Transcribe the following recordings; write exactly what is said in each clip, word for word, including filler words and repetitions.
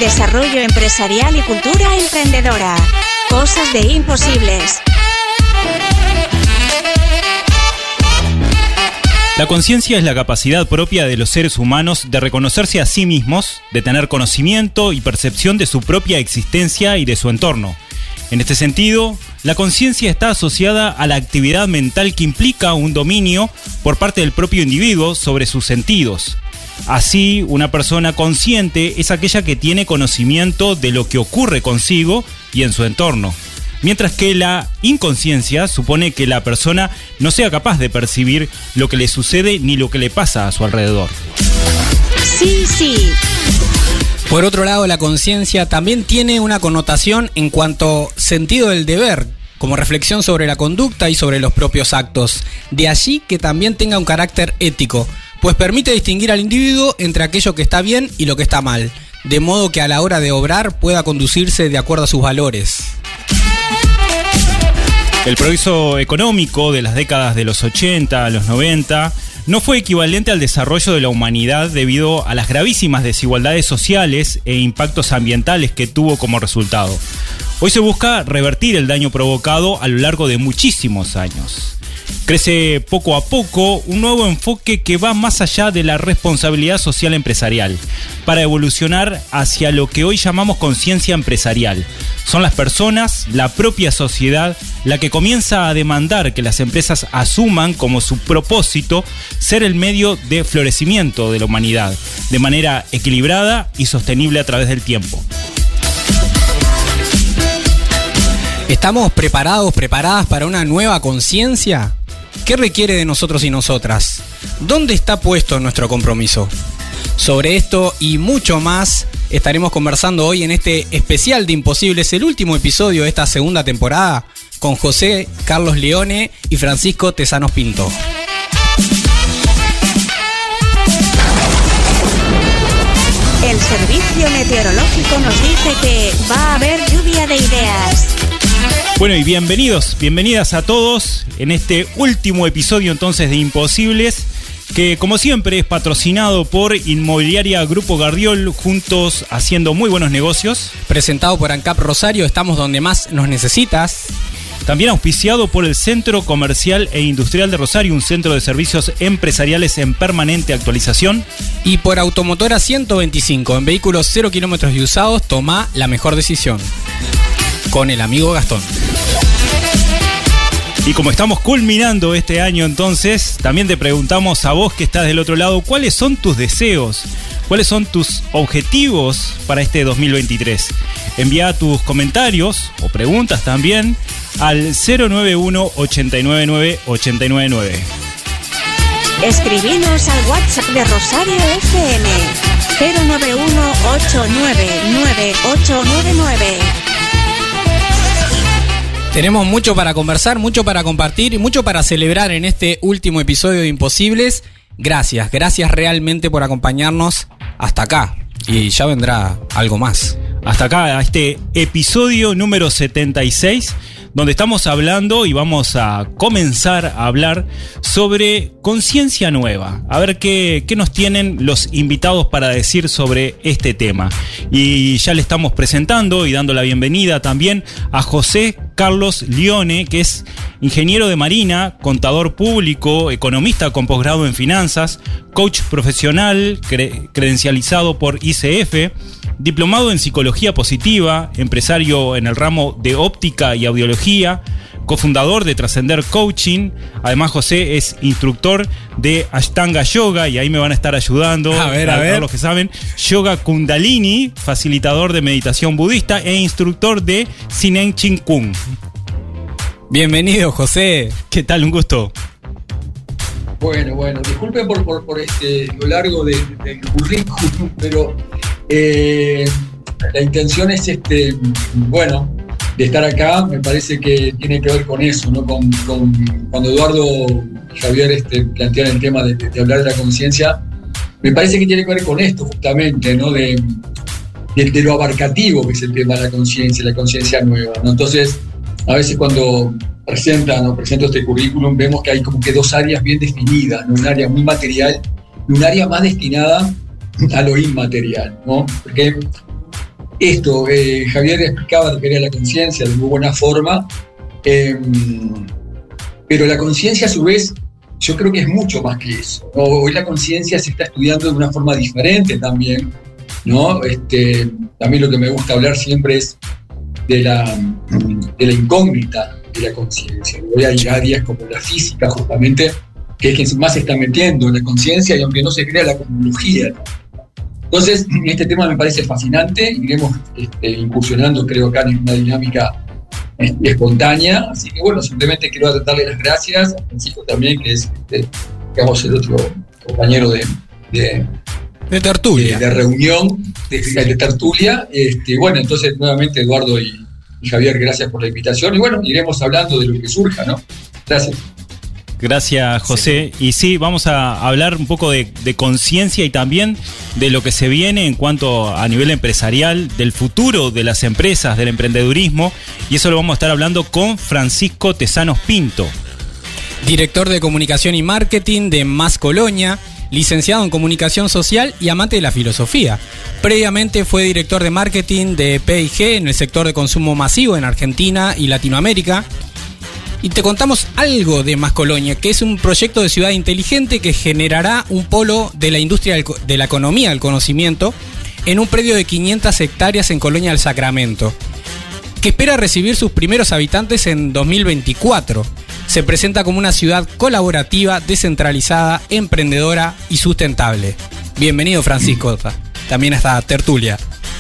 desarrollo empresarial y cultura emprendedora. Cosas de imposibles. La conciencia es la capacidad propia de los seres humanos de reconocerse a sí mismos, de tener conocimiento y percepción de su propia existencia y de su entorno. En este sentido, la conciencia está asociada a la actividad mental que implica un dominio por parte del propio individuo sobre sus sentidos. Así, una persona consciente es aquella que tiene conocimiento de lo que ocurre consigo y en su entorno. Mientras que la inconsciencia supone que la persona no sea capaz de percibir lo que le sucede ni lo que le pasa a su alrededor. Sí, sí. Por otro lado, la conciencia también tiene una connotación en cuanto sentido del deber, como reflexión sobre la conducta y sobre los propios actos. De allí que también tenga un carácter ético, pues permite distinguir al individuo entre aquello que está bien y lo que está mal, de modo que a la hora de obrar pueda conducirse de acuerdo a sus valores. El progreso económico de las décadas de los ochenta a los noventa no fue equivalente al desarrollo de la humanidad debido a las gravísimas desigualdades sociales e impactos ambientales que tuvo como resultado. Hoy se busca revertir el daño provocado a lo largo de muchísimos años. Crece poco a poco un nuevo enfoque que va más allá de la responsabilidad social empresarial, para evolucionar hacia lo que hoy llamamos conciencia empresarial. Son las personas, la propia sociedad, la que comienza a demandar que las empresas asuman como su propósito ser el medio de florecimiento de la humanidad, de manera equilibrada y sostenible a través del tiempo. ¿Estamos preparados, preparadas para una nueva conciencia? ¿Qué requiere de nosotros y nosotras? ¿Dónde está puesto nuestro compromiso? Sobre esto y mucho más estaremos conversando hoy en este especial de Imposibles, el último episodio de esta segunda temporada, con José Carlos Leone y Francisco Tesanos Pinto. El servicio meteorológico nos dice que va a haber lluvia de ideas. Bueno, y bienvenidos, bienvenidas a todos en este último episodio entonces de Imposibles, que como siempre es patrocinado por Inmobiliaria Grupo Gardiol, juntos haciendo muy buenos negocios. Presentado por ANCAP Rosario, estamos donde más nos necesitas. También auspiciado por el Centro Comercial e Industrial de Rosario, un centro de servicios empresariales en permanente actualización. Y por Automotora ciento veinticinco, en vehículos cero kilómetros y usados, toma la mejor decisión. Con el amigo Gastón. Y como estamos culminando este año entonces, también te preguntamos a vos que estás del otro lado, ¿cuáles son tus deseos? ¿Cuáles son tus objetivos para este dos mil veintitrés? Envía tus comentarios o preguntas también al cero nueve uno, ocho nueve nueve, ocho nueve nueve. Escribinos al WhatsApp de Rosario F M cero nueve uno, ocho nueve nueve, ocho nueve nueve. Tenemos mucho para conversar, mucho para compartir y mucho para celebrar en este último episodio de Imposibles. Gracias, gracias realmente por acompañarnos hasta acá. Y ya vendrá algo más. Hasta acá, a este episodio número setenta y seis, donde estamos hablando y vamos a comenzar a hablar sobre conciencia nueva. A ver qué, qué nos tienen los invitados para decir sobre este tema. Y ya le estamos presentando y dando la bienvenida también a José Carlos Leone, que es ingeniero de marina, contador público, economista con posgrado en finanzas, coach profesional cre- credencializado por I C F, diplomado en psicología positiva, empresario en el ramo de óptica y audiología, cofundador de Trascender Coaching. Además, José es instructor de Ashtanga Yoga, y ahí me van a estar ayudando a ver, a, a ver. los que saben, Yoga Kundalini, facilitador de meditación budista e instructor de Sinen Chin Kung. Bienvenido, José. ¿Qué tal? Un gusto. Bueno, bueno, disculpen por, por, por este, lo largo del de, de currículum, pero eh, la intención es, este, bueno, de estar acá. Me parece que tiene que ver con eso, ¿no? Con, con cuando Eduardo y Javier este, plantean el tema de, de, de hablar de la conciencia, me parece que tiene que ver con esto justamente, ¿no? De, de, de lo abarcativo que es el tema de la conciencia, la conciencia nueva, ¿no? Entonces, a veces cuando presentan o presento este currículum, vemos que hay como que dos áreas bien definidas, ¿no? Un área muy material y un área más destinada a lo inmaterial, ¿no? Porque esto, eh, Javier explicaba lo que era la conciencia de muy buena forma, eh, pero la conciencia a su vez yo creo que es mucho más que eso, ¿no? Hoy la conciencia se está estudiando de una forma diferente también, ¿no? Este, también lo que me gusta hablar siempre es de la, de la incógnita de la conciencia. Hoy hay áreas como la física justamente, que es quien más se está metiendo en la conciencia, y aunque no se crea la cosmología, ¿no? Entonces, este tema me parece fascinante, iremos este, incursionando, creo, acá en una dinámica este, espontánea, así que bueno, simplemente quiero darle las gracias a Francisco también, que es, este, digamos, el otro compañero de, de, de tertulia, de, de reunión, de, de tertulia. Este, bueno, entonces nuevamente Eduardo y, y Javier, gracias por la invitación, y bueno, iremos hablando de lo que surja, ¿no? Gracias. Gracias, José. Sí. Y sí, vamos a hablar un poco de, de conciencia y también de lo que se viene en cuanto a nivel empresarial, del futuro de las empresas, del emprendedurismo, y eso lo vamos a estar hablando con Francisco Tesanos Pinto. Director de Comunicación y Marketing de Más Colonia, licenciado en Comunicación Social y amante de la filosofía. Previamente fue director de Marketing de P y G en el sector de consumo masivo en Argentina y Latinoamérica. Y te contamos algo de Más Colonia, que es un proyecto de ciudad inteligente que generará un polo de la industria del, de la economía del conocimiento en un predio de quinientas hectáreas en Colonia del Sacramento, que espera recibir sus primeros habitantes en dos mil veinticuatro. Se presenta como una ciudad colaborativa, descentralizada, emprendedora y sustentable. Bienvenido, Francisco, también a esta tertulia.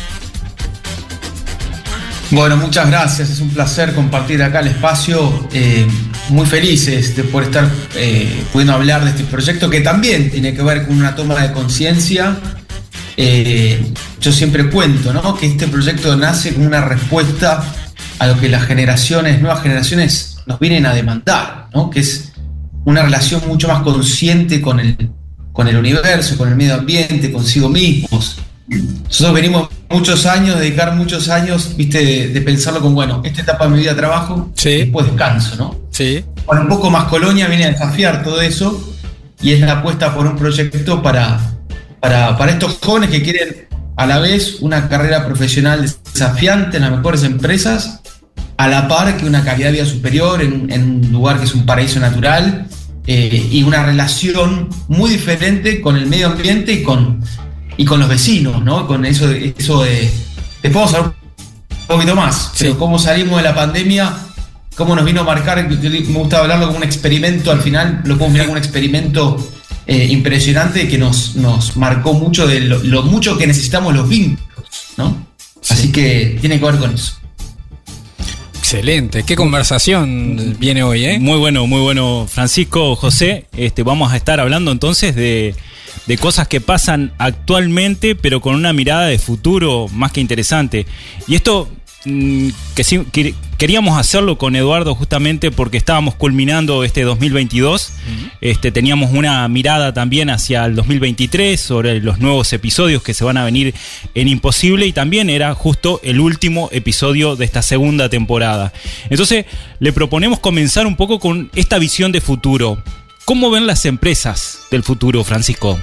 Bueno, muchas gracias, es un placer compartir acá el espacio, eh, muy felices de poder estar eh, pudiendo hablar de este proyecto que también tiene que ver con una toma de conciencia. Eh, yo siempre cuento, ¿no?, que este proyecto nace como una respuesta a lo que las generaciones, nuevas generaciones nos vienen a demandar, ¿no?, que es una relación mucho más consciente con el, con el universo, con el medio ambiente, consigo mismos. Nosotros venimos muchos años, dedicar muchos años, viste, de, de pensarlo como, bueno, esta etapa de mi vida trabajo, sí, después descanso, ¿no? Sí. Bueno, un poco Más Colonia viene a desafiar todo eso, y es la apuesta por un proyecto para, para, para estos jóvenes que quieren a la vez una carrera profesional desafiante en las mejores empresas, a la par que una calidad de vida superior en, en un lugar que es un paraíso natural, eh, y una relación muy diferente con el medio ambiente y con y con los vecinos, ¿no? Con eso, eso de... Después vamos a hablar un poquito más, sí, pero cómo salimos de la pandemia, cómo nos vino a marcar. Me gusta hablarlo como un experimento, al final lo podemos mirar como un experimento eh, impresionante que nos, nos marcó mucho de lo, lo mucho que necesitamos los vínculos, ¿no? Sí. Así que tiene que ver con eso. Excelente, qué conversación viene hoy, ¿eh? Muy bueno, muy bueno, Francisco, José. Este, vamos a estar hablando entonces de... de cosas que pasan actualmente, pero con una mirada de futuro más que interesante. Y esto mmm, que sí, que queríamos hacerlo con Eduardo justamente porque estábamos culminando este dos mil veintidós. Uh-huh. Este, teníamos una mirada también hacia el dos mil veintitrés sobre los nuevos episodios que se van a venir en Imposible, y también era justo el último episodio de esta segunda temporada. Entonces le proponemos comenzar un poco con esta visión de futuro. ¿Cómo ven las empresas del futuro, Francisco?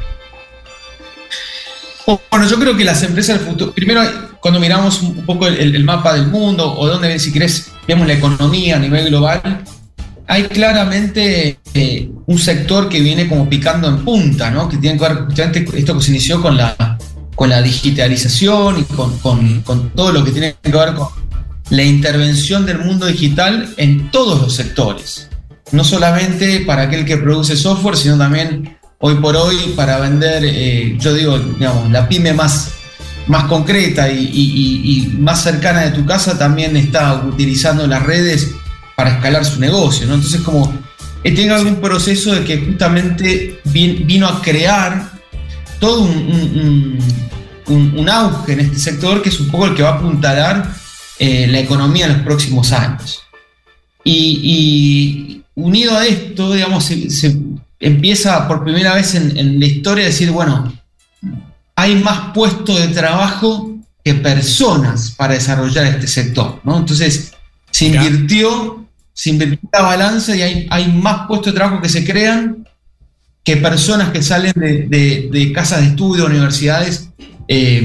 Bueno, yo creo que las empresas del futuro, primero cuando miramos un poco el, el mapa del mundo, o donde, si querés, vemos la economía a nivel global, hay claramente eh, un sector que viene como picando en punta, ¿no? Que tiene que ver justamente esto que se inició con la, con la digitalización y con, con, con todo lo que tiene que ver con la intervención del mundo digital en todos los sectores. No solamente para aquel que produce software, sino también hoy por hoy para vender, eh, yo digo, digamos, la pyme más, más concreta y, y, y más cercana de tu casa también está utilizando las redes para escalar su negocio, ¿no? Entonces, como eh, tiene algún proceso de que justamente vino a crear todo un, un, un, un auge en este sector, que es un poco el que va a apuntalar eh, la economía en los próximos años. Y, y unido a esto, digamos, se, se empieza por primera vez en, en la historia a decir, bueno, hay más puestos de trabajo que personas para desarrollar este sector, ¿no? Entonces se invirtió, se invirtió la balanza y hay, hay más puestos de trabajo que se crean que personas que salen de, de, de casas de estudio, universidades, eh,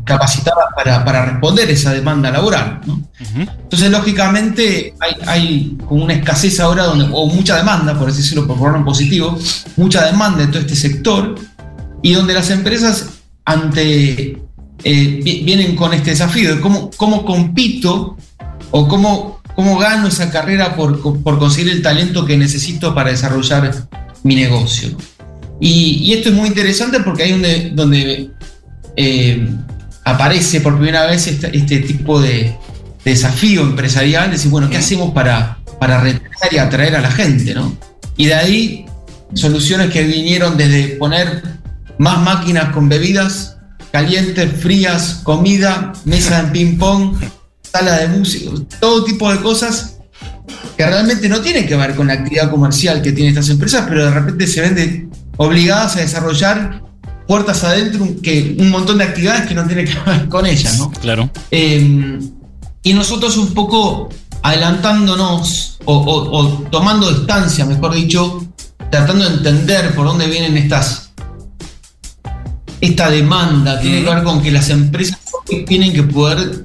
capacitadas para, para responder esa demanda laboral, ¿no? Uh-huh. Entonces, lógicamente, hay, hay como una escasez ahora, donde, o mucha demanda, por así decirlo, por ponerlo en positivo, mucha demanda en todo este sector, y donde las empresas ante eh, vienen con este desafío de cómo, cómo compito o cómo, cómo gano esa carrera por, por conseguir el talento que necesito para desarrollar mi negocio. Y, y esto es muy interesante porque ahí donde, donde eh, aparece por primera vez este, este tipo de, de desafío empresarial, decir, bueno, ¿qué hacemos para, para retener y atraer a la gente, ¿no? Y de ahí soluciones que vinieron desde poner más máquinas con bebidas calientes, frías, comida, mesa de ping-pong, sala de música, todo tipo de cosas que realmente no tienen que ver con la actividad comercial que tienen estas empresas, pero de repente se ven de, obligadas a desarrollar puertas adentro que, un montón de actividades que no tienen que ver con ellas, ¿no? Claro. Eh, y nosotros un poco adelantándonos o, o, o tomando distancia, mejor dicho, tratando de entender por dónde vienen estas esta demanda, tiene que ver con que las empresas tienen que poder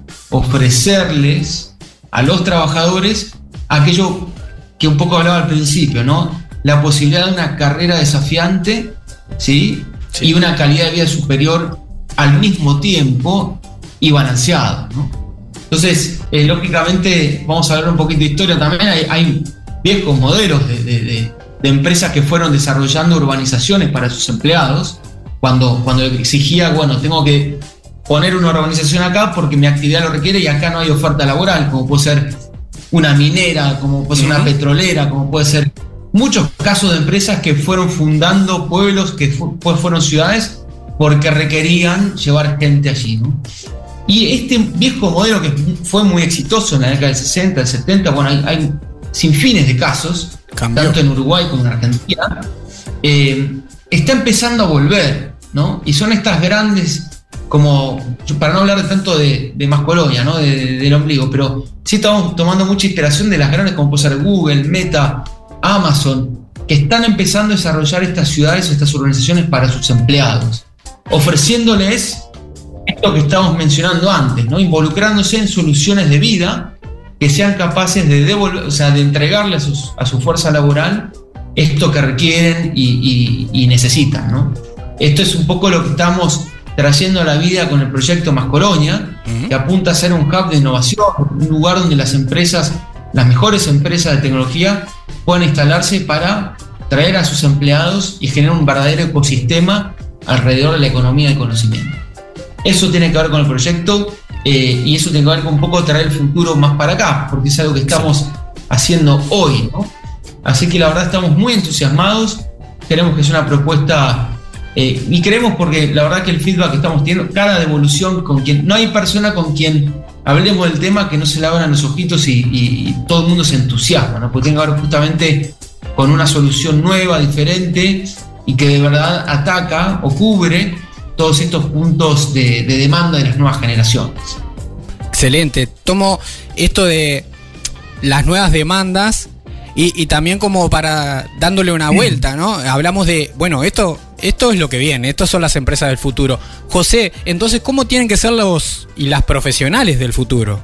ofrecerles a los trabajadores aquello que un poco hablaba al principio, ¿no? La posibilidad de una carrera desafiante, ¿sí? Sí. Y una calidad de vida superior al mismo tiempo y balanceada, ¿no? Entonces, eh, lógicamente, vamos a hablar un poquito de historia también. Hay, hay viejos modelos de, de, de, de empresas que fueron desarrollando urbanizaciones para sus empleados, cuando, cuando exigía, bueno, tengo que poner una urbanización acá porque mi actividad lo requiere y acá no hay oferta laboral, como puede ser una minera, como puede ser uh-huh. una petrolera, como puede ser muchos casos de empresas que fueron fundando pueblos que después fueron ciudades porque requerían llevar gente allí, ¿no? Y este viejo modelo que fue muy exitoso en la década del sesenta, del setenta, bueno, hay, hay sin fines de casos, Cambió. tanto en Uruguay como en Argentina, eh, está empezando a volver, ¿no? Y son estas grandes, como, para no hablar tanto de, de más colonia, ¿no? De, de, del ombligo, pero sí estamos tomando mucha inspiración de las grandes, como puede ser Google, Meta, Amazon, que están empezando a desarrollar estas ciudades, estas organizaciones para sus empleados, ofreciéndoles esto que estábamos mencionando antes, ¿no? Involucrándose en soluciones de vida que sean capaces de devolver, o sea, de entregarle a, sus, a su fuerza laboral esto que requieren y, y, y necesitan, ¿no? Esto es un poco lo que estamos trayendo a la vida con el proyecto Más Colonia, uh-huh. que apunta a ser un hub de innovación, un lugar donde las empresas, las mejores empresas de tecnología, puedan instalarse para traer a sus empleados y generar un verdadero ecosistema alrededor de la economía del conocimiento. Eso tiene que ver con el proyecto eh, y eso tiene que ver con un poco traer el futuro más para acá, porque es algo que estamos haciendo hoy, ¿no? Así que la verdad estamos muy entusiasmados, creemos que es una propuesta eh, y creemos porque la verdad que el feedback que estamos teniendo, cada devolución con quien, no hay persona con quien hablemos del tema que no se le abran los ojitos y, y, y todo el mundo se entusiasma, ¿no? Porque tiene que ver justamente con una solución nueva, diferente y que de verdad ataca o cubre todos estos puntos de, de demanda de las nuevas generaciones. Excelente. Tomo esto de las nuevas demandas y, y también como para dándole una vuelta, ¿no? Hablamos de, bueno, esto, esto es lo que viene, estas son las empresas del futuro. José, entonces, ¿cómo tienen que ser los y las profesionales del futuro?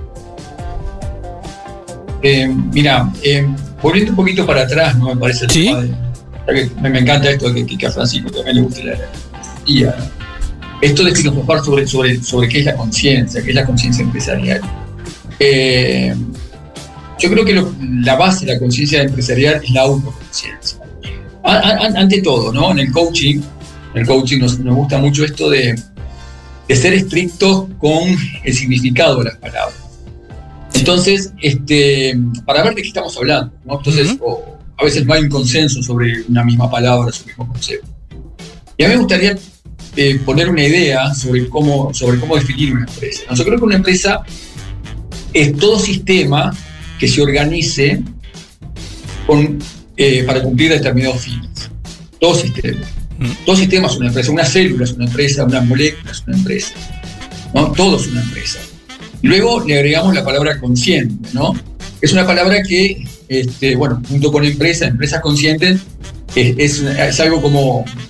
Eh, mira, eh, volviendo un poquito para atrás, ¿no? Me parece el ¿Sí? tema de, me, me encanta esto de que, que a Francisco también le guste la y a, esto de filosofar sobre, sobre, sobre qué es la conciencia, qué es la conciencia empresarial. Eh, yo creo que lo, la base de la conciencia empresarial es la autoconciencia. A, a, ante todo, ¿no? En el coaching, en el coaching nos, nos gusta mucho esto de, de ser estrictos con el significado de las palabras. Entonces, este, para ver de qué estamos hablando, ¿no? Entonces, uh-huh. o, a veces no hay un consenso sobre una misma palabra, sobre un mismo concepto. Y a mí me gustaría eh, poner una idea sobre cómo, sobre cómo definir una empresa. Yo creo que una empresa es todo sistema que se organice con, eh, para cumplir determinados fines. Todo sistema. Mm. Todo sistema es una empresa. Una célula es una empresa, una molécula es una empresa, ¿no? Todo es una empresa. Luego le agregamos la palabra consciente, ¿no? Es una palabra que, este, bueno, junto con empresa, empresas conscientes, es, es, es algo como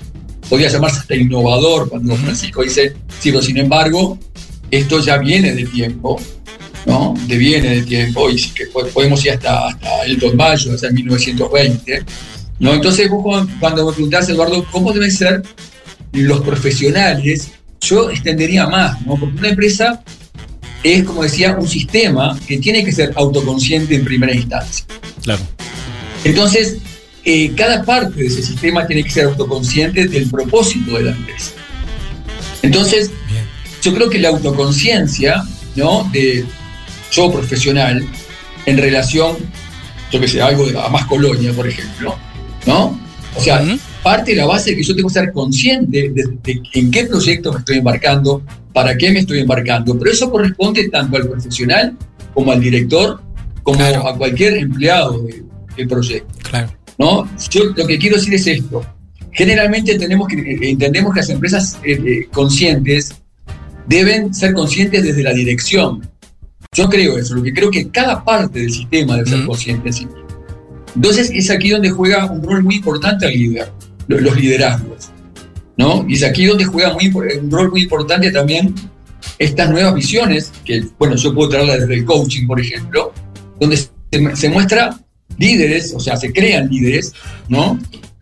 podría llamarse hasta innovador cuando Francisco dice, sí, pero sin embargo, esto ya viene de tiempo, ¿no? De viene de tiempo, y sí que podemos ir hasta, hasta el dos de mayo, hasta mil novecientos veinte, ¿no? Entonces, vos cuando me preguntás, Eduardo, ¿cómo deben ser los profesionales? Yo extendería más, ¿no? Porque una empresa es, como decía, un sistema que tiene que ser autoconsciente en primera instancia. Claro. Entonces, eh, cada parte de ese sistema tiene que ser autoconsciente del propósito de la empresa. Entonces, bien, yo creo que la autoconciencia, ¿no? De yo profesional, en relación, yo que sé, algo de a Más Colonia, por ejemplo, ¿no? O sea, uh-huh. parte de la base de que yo tengo que ser consciente de, de, de en qué proyecto me estoy embarcando, para qué me estoy embarcando, pero eso corresponde tanto al profesional como al director, como claro. a cualquier empleado de, del proyecto. Claro. ¿No? Yo lo que quiero decir es esto. Generalmente tenemos que, eh, entendemos que las empresas eh, eh, conscientes deben ser conscientes desde la dirección. Yo creo eso, lo que creo que cada parte del sistema debe ser mm. consciente en sí mismo. Entonces es aquí donde juega un rol muy importante el líder, los liderazgos, ¿no? Y es aquí donde juega muy, un rol muy importante también estas nuevas visiones, que bueno, yo puedo traerla desde el coaching, por ejemplo, donde se, se muestra líderes, o sea, se crean líderes, ¿no?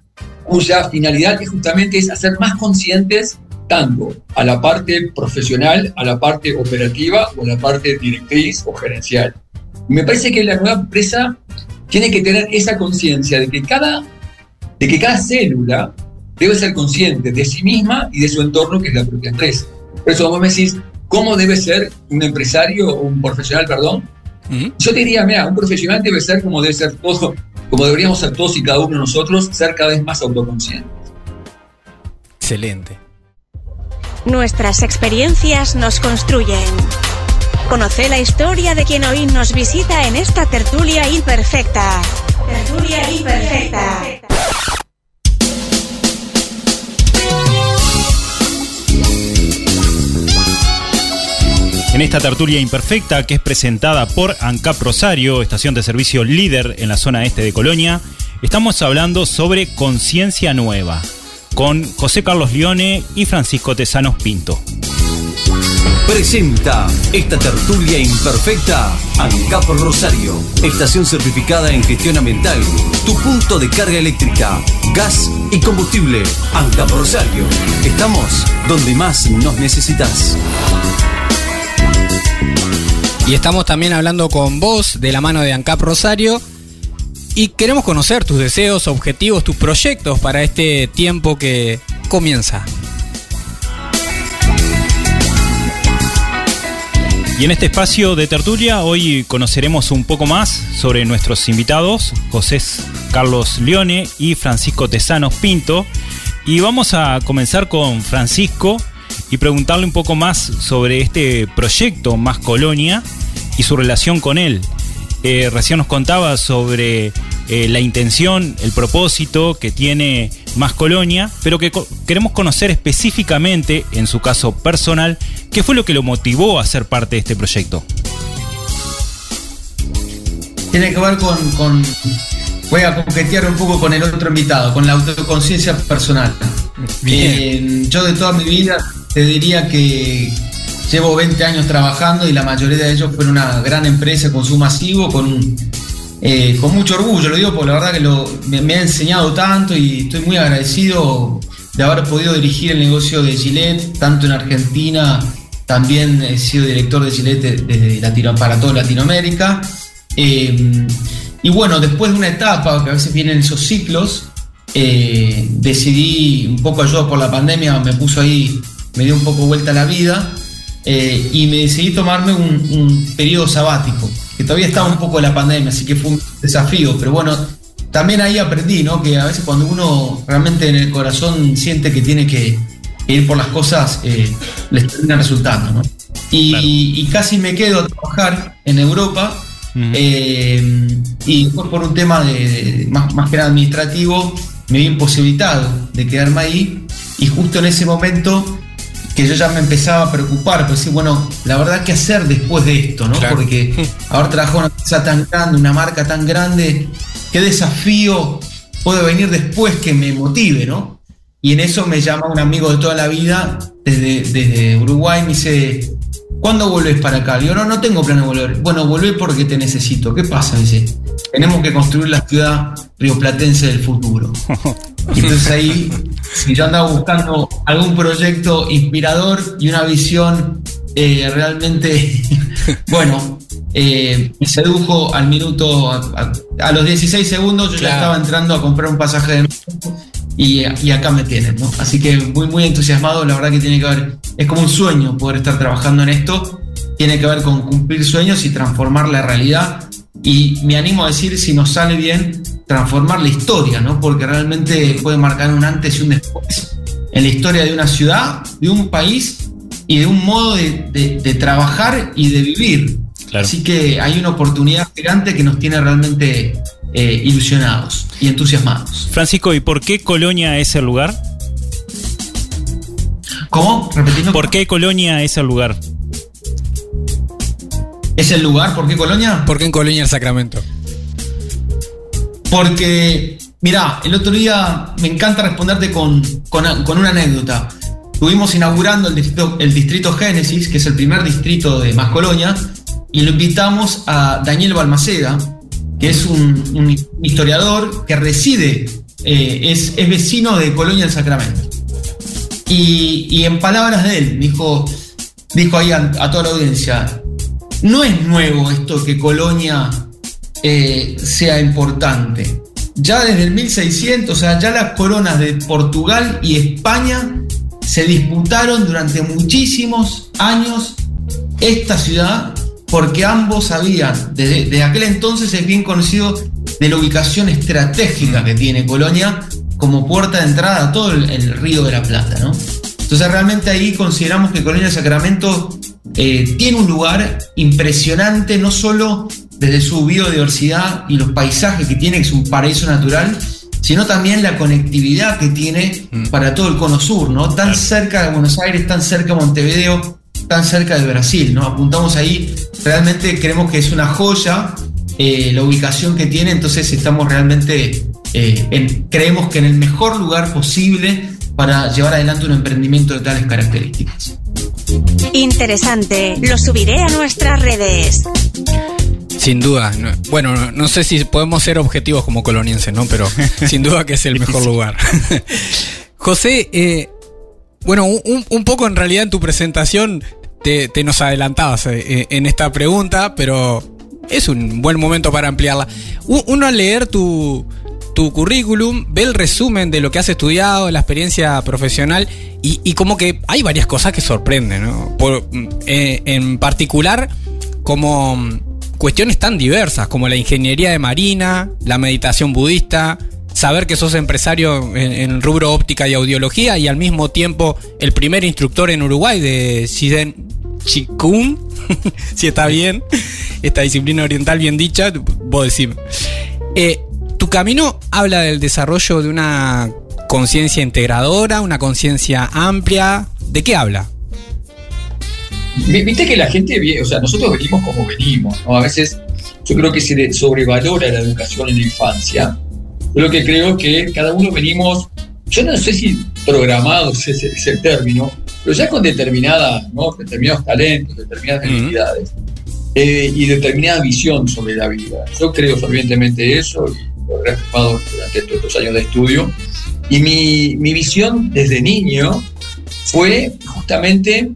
Cuya finalidad es justamente es hacer más conscientes tanto a la parte profesional, a la parte operativa o a la parte directriz o gerencial. Me parece que la nueva empresa tiene que tener esa conciencia de que cada, de que cada célula debe ser consciente de sí misma y de su entorno, que es la propia empresa. Por eso vos me decís, ¿cómo debe ser un empresario o un profesional, perdón? Uh-huh. Yo te diría, mira, un profesional debe ser como debe ser todo, como deberíamos ser todos y cada uno de nosotros, ser cada vez más autoconscientes. Excelente. Nuestras experiencias nos construyen. Conoce la historia de quien hoy nos visita en esta tertulia imperfecta. Tertulia imperfecta. En esta tertulia imperfecta, que es presentada por ANCAP Rosario, estación de servicio líder en la zona este de Colonia, estamos hablando sobre conciencia nueva, con José Carlos Lione y Francisco Tesanos Pinto. Presenta esta tertulia imperfecta ANCAP Rosario, estación certificada en gestión ambiental, tu punto de carga eléctrica, gas y combustible. ANCAP Rosario, estamos donde más nos necesitas. Y estamos también hablando con vos de la mano de ANCAP Rosario y queremos conocer tus deseos, objetivos, tus proyectos para este tiempo que comienza. Y en este espacio de tertulia hoy conoceremos un poco más sobre nuestros invitados, José Carlos Lione y Francisco Tesanos Pinto. Y vamos a comenzar con Francisco y preguntarle un poco más sobre este proyecto Más Colonia y su relación con él. Eh, recién nos contaba sobre eh, la intención, el propósito que tiene Más Colonia, pero que co- queremos conocer específicamente, en su caso personal, qué fue lo que lo motivó a ser parte de este proyecto. Tiene que ver con, con voy a coquetear un poco con el otro invitado, con la autoconciencia personal. Bien. Eh, yo de toda mi vida te diría que llevo veinte años trabajando y la mayoría de ellos fueron una gran empresa de consumo masivo con, un, eh, con mucho orgullo, lo digo porque la verdad que lo, me, me ha enseñado tanto y estoy muy agradecido de haber podido dirigir el negocio de Gillette, tanto en Argentina, también he sido director de Gillette de, de Latino, para toda Latinoamérica. Eh, y bueno, después de una etapa, que a veces vienen esos ciclos, eh, decidí, un poco ayudado por la pandemia, me puso ahí, me dio un poco vuelta a la vida, eh, y me decidí tomarme un, un periodo sabático, que todavía estaba un poco de la pandemia, así que fue un desafío, pero bueno, también ahí aprendí, ¿no? Que a veces cuando uno realmente en el corazón siente que tiene que ir por las cosas, eh, les termina resultando, ¿no? Y, claro. y casi me quedo a trabajar en Europa, uh-huh. eh, y después por un tema de, de más, más que nada administrativo, me vi imposibilitado de quedarme ahí, y justo en ese momento que yo ya me empezaba a preocupar, pues sí, bueno, la verdad, ¿qué hacer después de esto, no? Claro. Porque haber trabajado en una empresa tan grande, una marca tan grande, ¿qué desafío puede venir después que me motive, no? y en eso me llama un amigo de toda la vida desde, desde Uruguay, me dice, ¿cuándo volvés para acá? Le digo, no, no tengo plan de volver. Bueno, volvé porque te necesito. ¿Qué pasa? Dice, tenemos que construir la ciudad rioplatense del futuro. Y entonces ahí, si yo andaba buscando algún proyecto inspirador y una visión eh, realmente, bueno, eh, me sedujo al minuto, a, a, a los dieciséis segundos yo claro. ya estaba entrando a comprar un pasaje de metro y, y acá me tienen, ¿no? Así que muy, muy entusiasmado, la verdad que tiene que ver, es como un sueño poder estar trabajando en esto, tiene que ver con cumplir sueños y transformar la realidad. Y me animo a decir, si nos sale bien, transformar la historia, ¿no? Porque realmente puede marcar un antes y un después en la historia de una ciudad, de un país y de un modo de, de, de trabajar y de vivir. Claro. Así que hay una oportunidad gigante que nos tiene realmente eh, ilusionados y entusiasmados. Francisco, ¿y por qué Colonia es el lugar? ¿Cómo? Repetimos. ¿Por qué Colonia es el lugar? ¿Es el lugar? ¿Por qué Colonia? ¿Por qué en Colonia el Sacramento? Porque, mirá, el otro día me encanta responderte con, con, con una anécdota. Estuvimos inaugurando el distrito, el distrito Génesis, que es el primer distrito de Más Colonia, y lo invitamos a Daniel Balmaceda, que es un, un historiador que reside, eh, es, es vecino de Colonia del Sacramento. Y, y en palabras de él, dijo, dijo ahí a, a toda la audiencia, no es nuevo esto que Colonia eh, sea importante. Ya desde el mil seiscientos, o sea, ya las coronas de Portugal y España se disputaron durante muchísimos años esta ciudad, porque ambos sabían, desde, desde aquel entonces es bien conocido de la ubicación estratégica que tiene Colonia como puerta de entrada a todo el, el Río de la Plata, ¿no? Entonces realmente ahí consideramos que Colonia del Sacramento eh, tiene un lugar impresionante, no solo desde su biodiversidad y los paisajes que tiene, que es un paraíso natural, sino también la conectividad que tiene mm. para todo el cono sur, ¿no? Tan claro. cerca de Buenos Aires, tan cerca de Montevideo, tan cerca de Brasil, ¿no? Apuntamos ahí, realmente creemos que es una joya eh, la ubicación que tiene, entonces estamos realmente, eh, en, creemos que en el mejor lugar posible para llevar adelante un emprendimiento de tales características. Interesante, lo subiré a nuestras redes. Sin duda, no, bueno, no, no sé si podemos ser objetivos como colonienses, ¿no? Pero sin duda que es el mejor lugar. José, eh, bueno, un, un poco en realidad en tu presentación te, te nos adelantabas eh, en esta pregunta, pero es un buen momento para ampliarla. Uno al leer tu, tu currículum ve el resumen de lo que has estudiado, la experiencia profesional y, y como que hay varias cosas que sorprenden, ¿no? Por, eh, en particular, como cuestiones tan diversas como la ingeniería de marina, la meditación budista, saber que sos empresario en, en rubro óptica y audiología y al mismo tiempo el primer instructor en Uruguay de Shiden Chikun, si está bien, esta disciplina oriental bien dicha, vos decime. Eh, tu camino habla del desarrollo de una conciencia integradora, una conciencia amplia. ¿De qué habla? Viste que la gente, o sea, nosotros venimos como venimos, ¿no? A veces yo creo que se sobrevalora la educación en la infancia. Yo lo que creo es que cada uno venimos, yo no sé si programados es el, es el término, pero ya con determinadas, ¿no? determinados talentos, determinadas habilidades mm. eh, y determinada visión sobre la vida. Yo creo fervientemente eso y lo he afirmado durante todos estos años de estudio. Y mi, mi visión desde niño fue justamente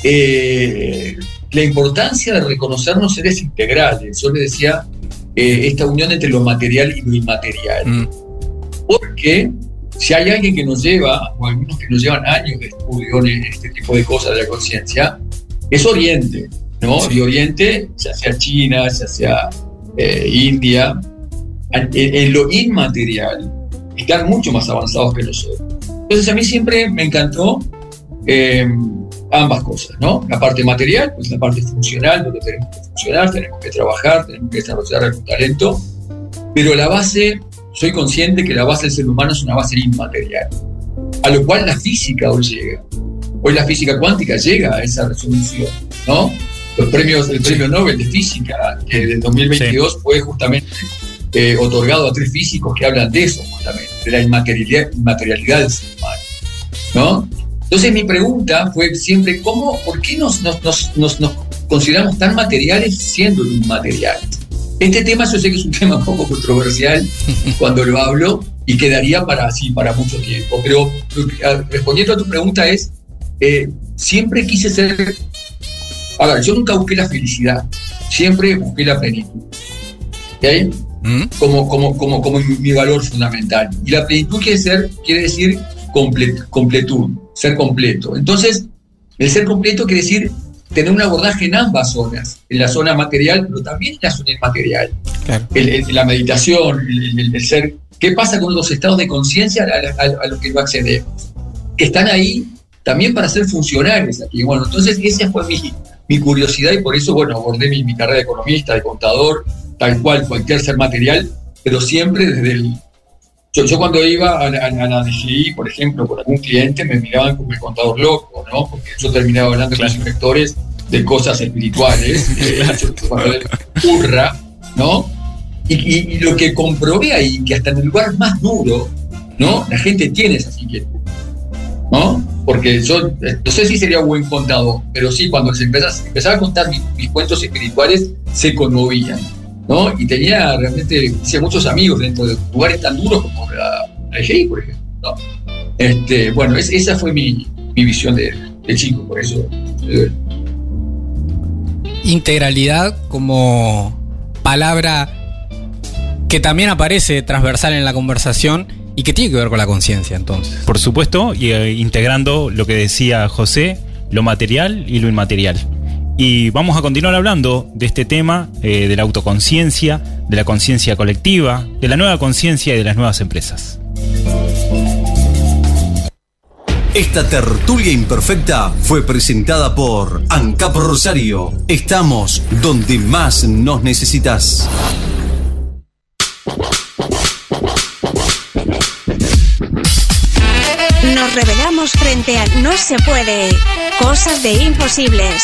eh, la importancia de reconocernos seres integrales. Yo le decía eh, esta unión entre lo material y lo inmaterial. Mm. Porque si hay alguien que nos lleva, o algunos que nos llevan años de estudio en este tipo de cosas de la conciencia, es Oriente, ¿no? Sí. Y Oriente, ya sea China, ya sea eh, India, en, en lo inmaterial, están mucho más avanzados que nosotros. Entonces a mí siempre me encantó eh, ambas cosas, ¿no? La parte material, pues la parte funcional, donde tenemos que funcionar, tenemos que trabajar, tenemos que desarrollar algún talento, pero la base, soy consciente que la base del ser humano es una base inmaterial, a lo cual la física hoy llega. Hoy la física cuántica llega a esa resolución, ¿no? Los premios, el premio Nobel de Física, que del dos mil veintidós sí. fue justamente eh, otorgado a tres físicos que hablan de eso, justamente, de la inmaterialidad, inmaterialidad del ser humano. ¿no? Entonces mi pregunta fue siempre, ¿cómo, por qué nos, nos, nos, nos, nos consideramos tan materiales siendo inmateriales? Este tema yo sé que es un tema un poco controversial cuando lo hablo y quedaría para, sí, para mucho tiempo, pero respondiendo a tu pregunta es, eh, siempre quise ser, a ver, yo nunca busqué la felicidad, siempre busqué la plenitud, ¿okay? ¿Mm? Como, como, como, como mi valor fundamental. Y la plenitud quiere, ser, quiere decir complet, completud, ser completo. Entonces, el ser completo quiere decir tener un abordaje en ambas zonas, en la zona material, pero también en la zona inmaterial. Claro. El, el, la meditación, el, el, el ser... ¿Qué pasa con los estados de conciencia a, a, a los que no accedemos? Que están ahí también para ser funcionales aquí. Bueno, entonces esa fue mi, mi curiosidad y por eso, bueno, abordé mi, mi carrera de economista, de contador, tal cual, cualquier ser material, pero siempre desde el... Yo, yo cuando iba a, a, a la D G I, por ejemplo, con algún cliente, me miraban como el contador loco, ¿no? Porque yo terminaba hablando con los inspectores de cosas espirituales, curra, ¿no? Y, y, y lo que comprobé ahí, que hasta en el lugar más duro, ¿no? La gente tiene esa inquietud, ¿no? Porque yo, no sé si sería buen contador, pero sí, cuando se empezaba, se empezaba a contar mis, mis cuentos espirituales, se conmovían, ¿no? Y tenía realmente, hice muchos amigos dentro de lugares tan duros como la, la D G I, por ejemplo, ¿no? Este, bueno, es, esa fue mi, mi visión de, de chico, por eso. Eh. Integralidad como palabra que también aparece transversal en la conversación y que tiene que ver con la conciencia, entonces. Por supuesto, y eh, integrando lo que decía José, lo material y lo inmaterial. Y vamos a continuar hablando de este tema, eh, de la autoconciencia, de la conciencia colectiva, de la nueva conciencia y de las nuevas empresas. Esta tertulia imperfecta fue presentada por ANCAP Rosario. Estamos donde más nos necesitas. Nos revelamos frente a No se puede, cosas de imposibles.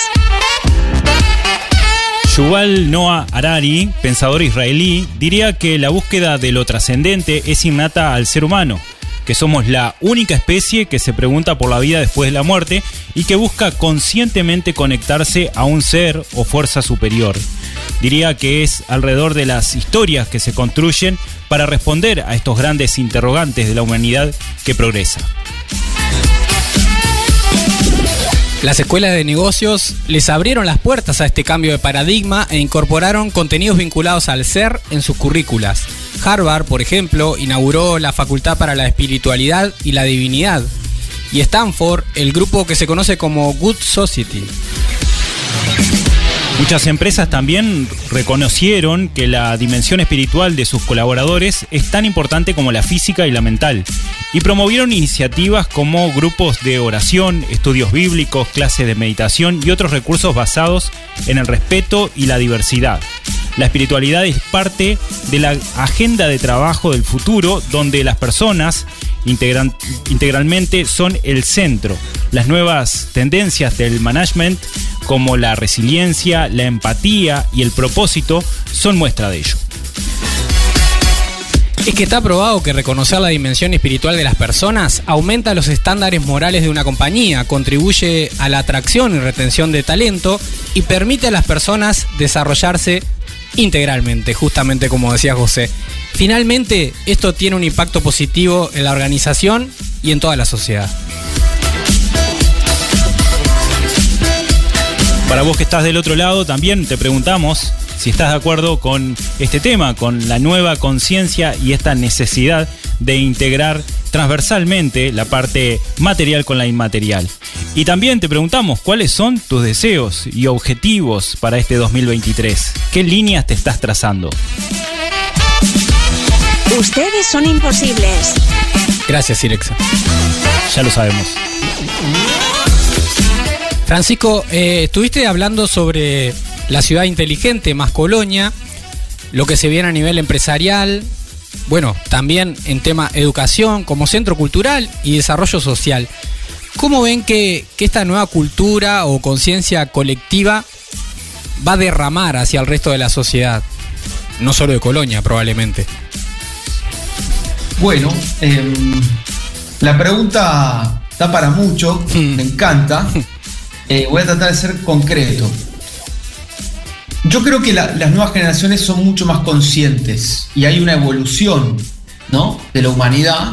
Yuval Noah Harari, pensador israelí, diría que la búsqueda de lo trascendente es innata al ser humano, que somos la única especie que se pregunta por la vida después de la muerte y que busca conscientemente conectarse a un ser o fuerza superior. Diría que es alrededor de las historias que se construyen para responder a estos grandes interrogantes de la humanidad que progresa. Las escuelas de negocios les abrieron las puertas a este cambio de paradigma e incorporaron contenidos vinculados al ser en sus currículas. Harvard, por ejemplo, inauguró la Facultad para la Espiritualidad y la Divinidad. Y Stanford, el grupo que se conoce como Good Society. Muchas empresas también reconocieron que la dimensión espiritual de sus colaboradores es tan importante como la física y la mental, y promovieron iniciativas como grupos de oración, estudios bíblicos, clases de meditación y otros recursos basados en el respeto y la diversidad. La espiritualidad es parte de la agenda de trabajo del futuro, donde las personas integran, integralmente son el centro. Las nuevas tendencias del management, como la resiliencia, la empatía y el propósito, son muestra de ello. Es que está probado que reconocer la dimensión espiritual de las personas aumenta los estándares morales de una compañía, contribuye a la atracción y retención de talento y permite a las personas desarrollarse integralmente, justamente como decía José. Finalmente, esto tiene un impacto positivo en la organización y en toda la sociedad. Para vos que estás del otro lado, también te preguntamos si estás de acuerdo con este tema, con la nueva conciencia y esta necesidad de integrar transversalmente la parte material con la inmaterial. Y también te preguntamos cuáles son tus deseos y objetivos para este dos mil veintitrés. ¿Qué líneas te estás trazando? Ustedes son imposibles. Gracias, Sirexa. Ya lo sabemos. Francisco, eh, estuviste hablando sobre la ciudad inteligente más Colonia, lo que se viene a nivel empresarial, bueno, también en tema educación como centro cultural y desarrollo social. ¿Cómo ven que, que esta nueva cultura o conciencia colectiva va a derramar hacia el resto de la sociedad? No solo de Colonia, probablemente. Bueno, eh, la pregunta da para mucho, me encanta. Eh, voy a tratar de ser concreto. Yo creo que la, las nuevas generaciones son mucho más conscientes y hay una evolución, ¿no?, de la humanidad,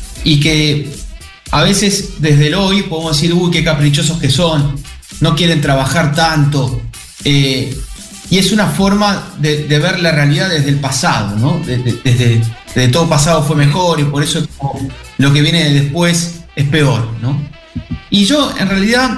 y que a veces desde el hoy podemos decir, uy, qué caprichosos que son, no quieren trabajar tanto, eh, y es una forma de, de ver la realidad desde el pasado, ¿no? Desde, desde, desde todo pasado fue mejor y por eso lo que viene después es peor, ¿no? Y yo en realidad,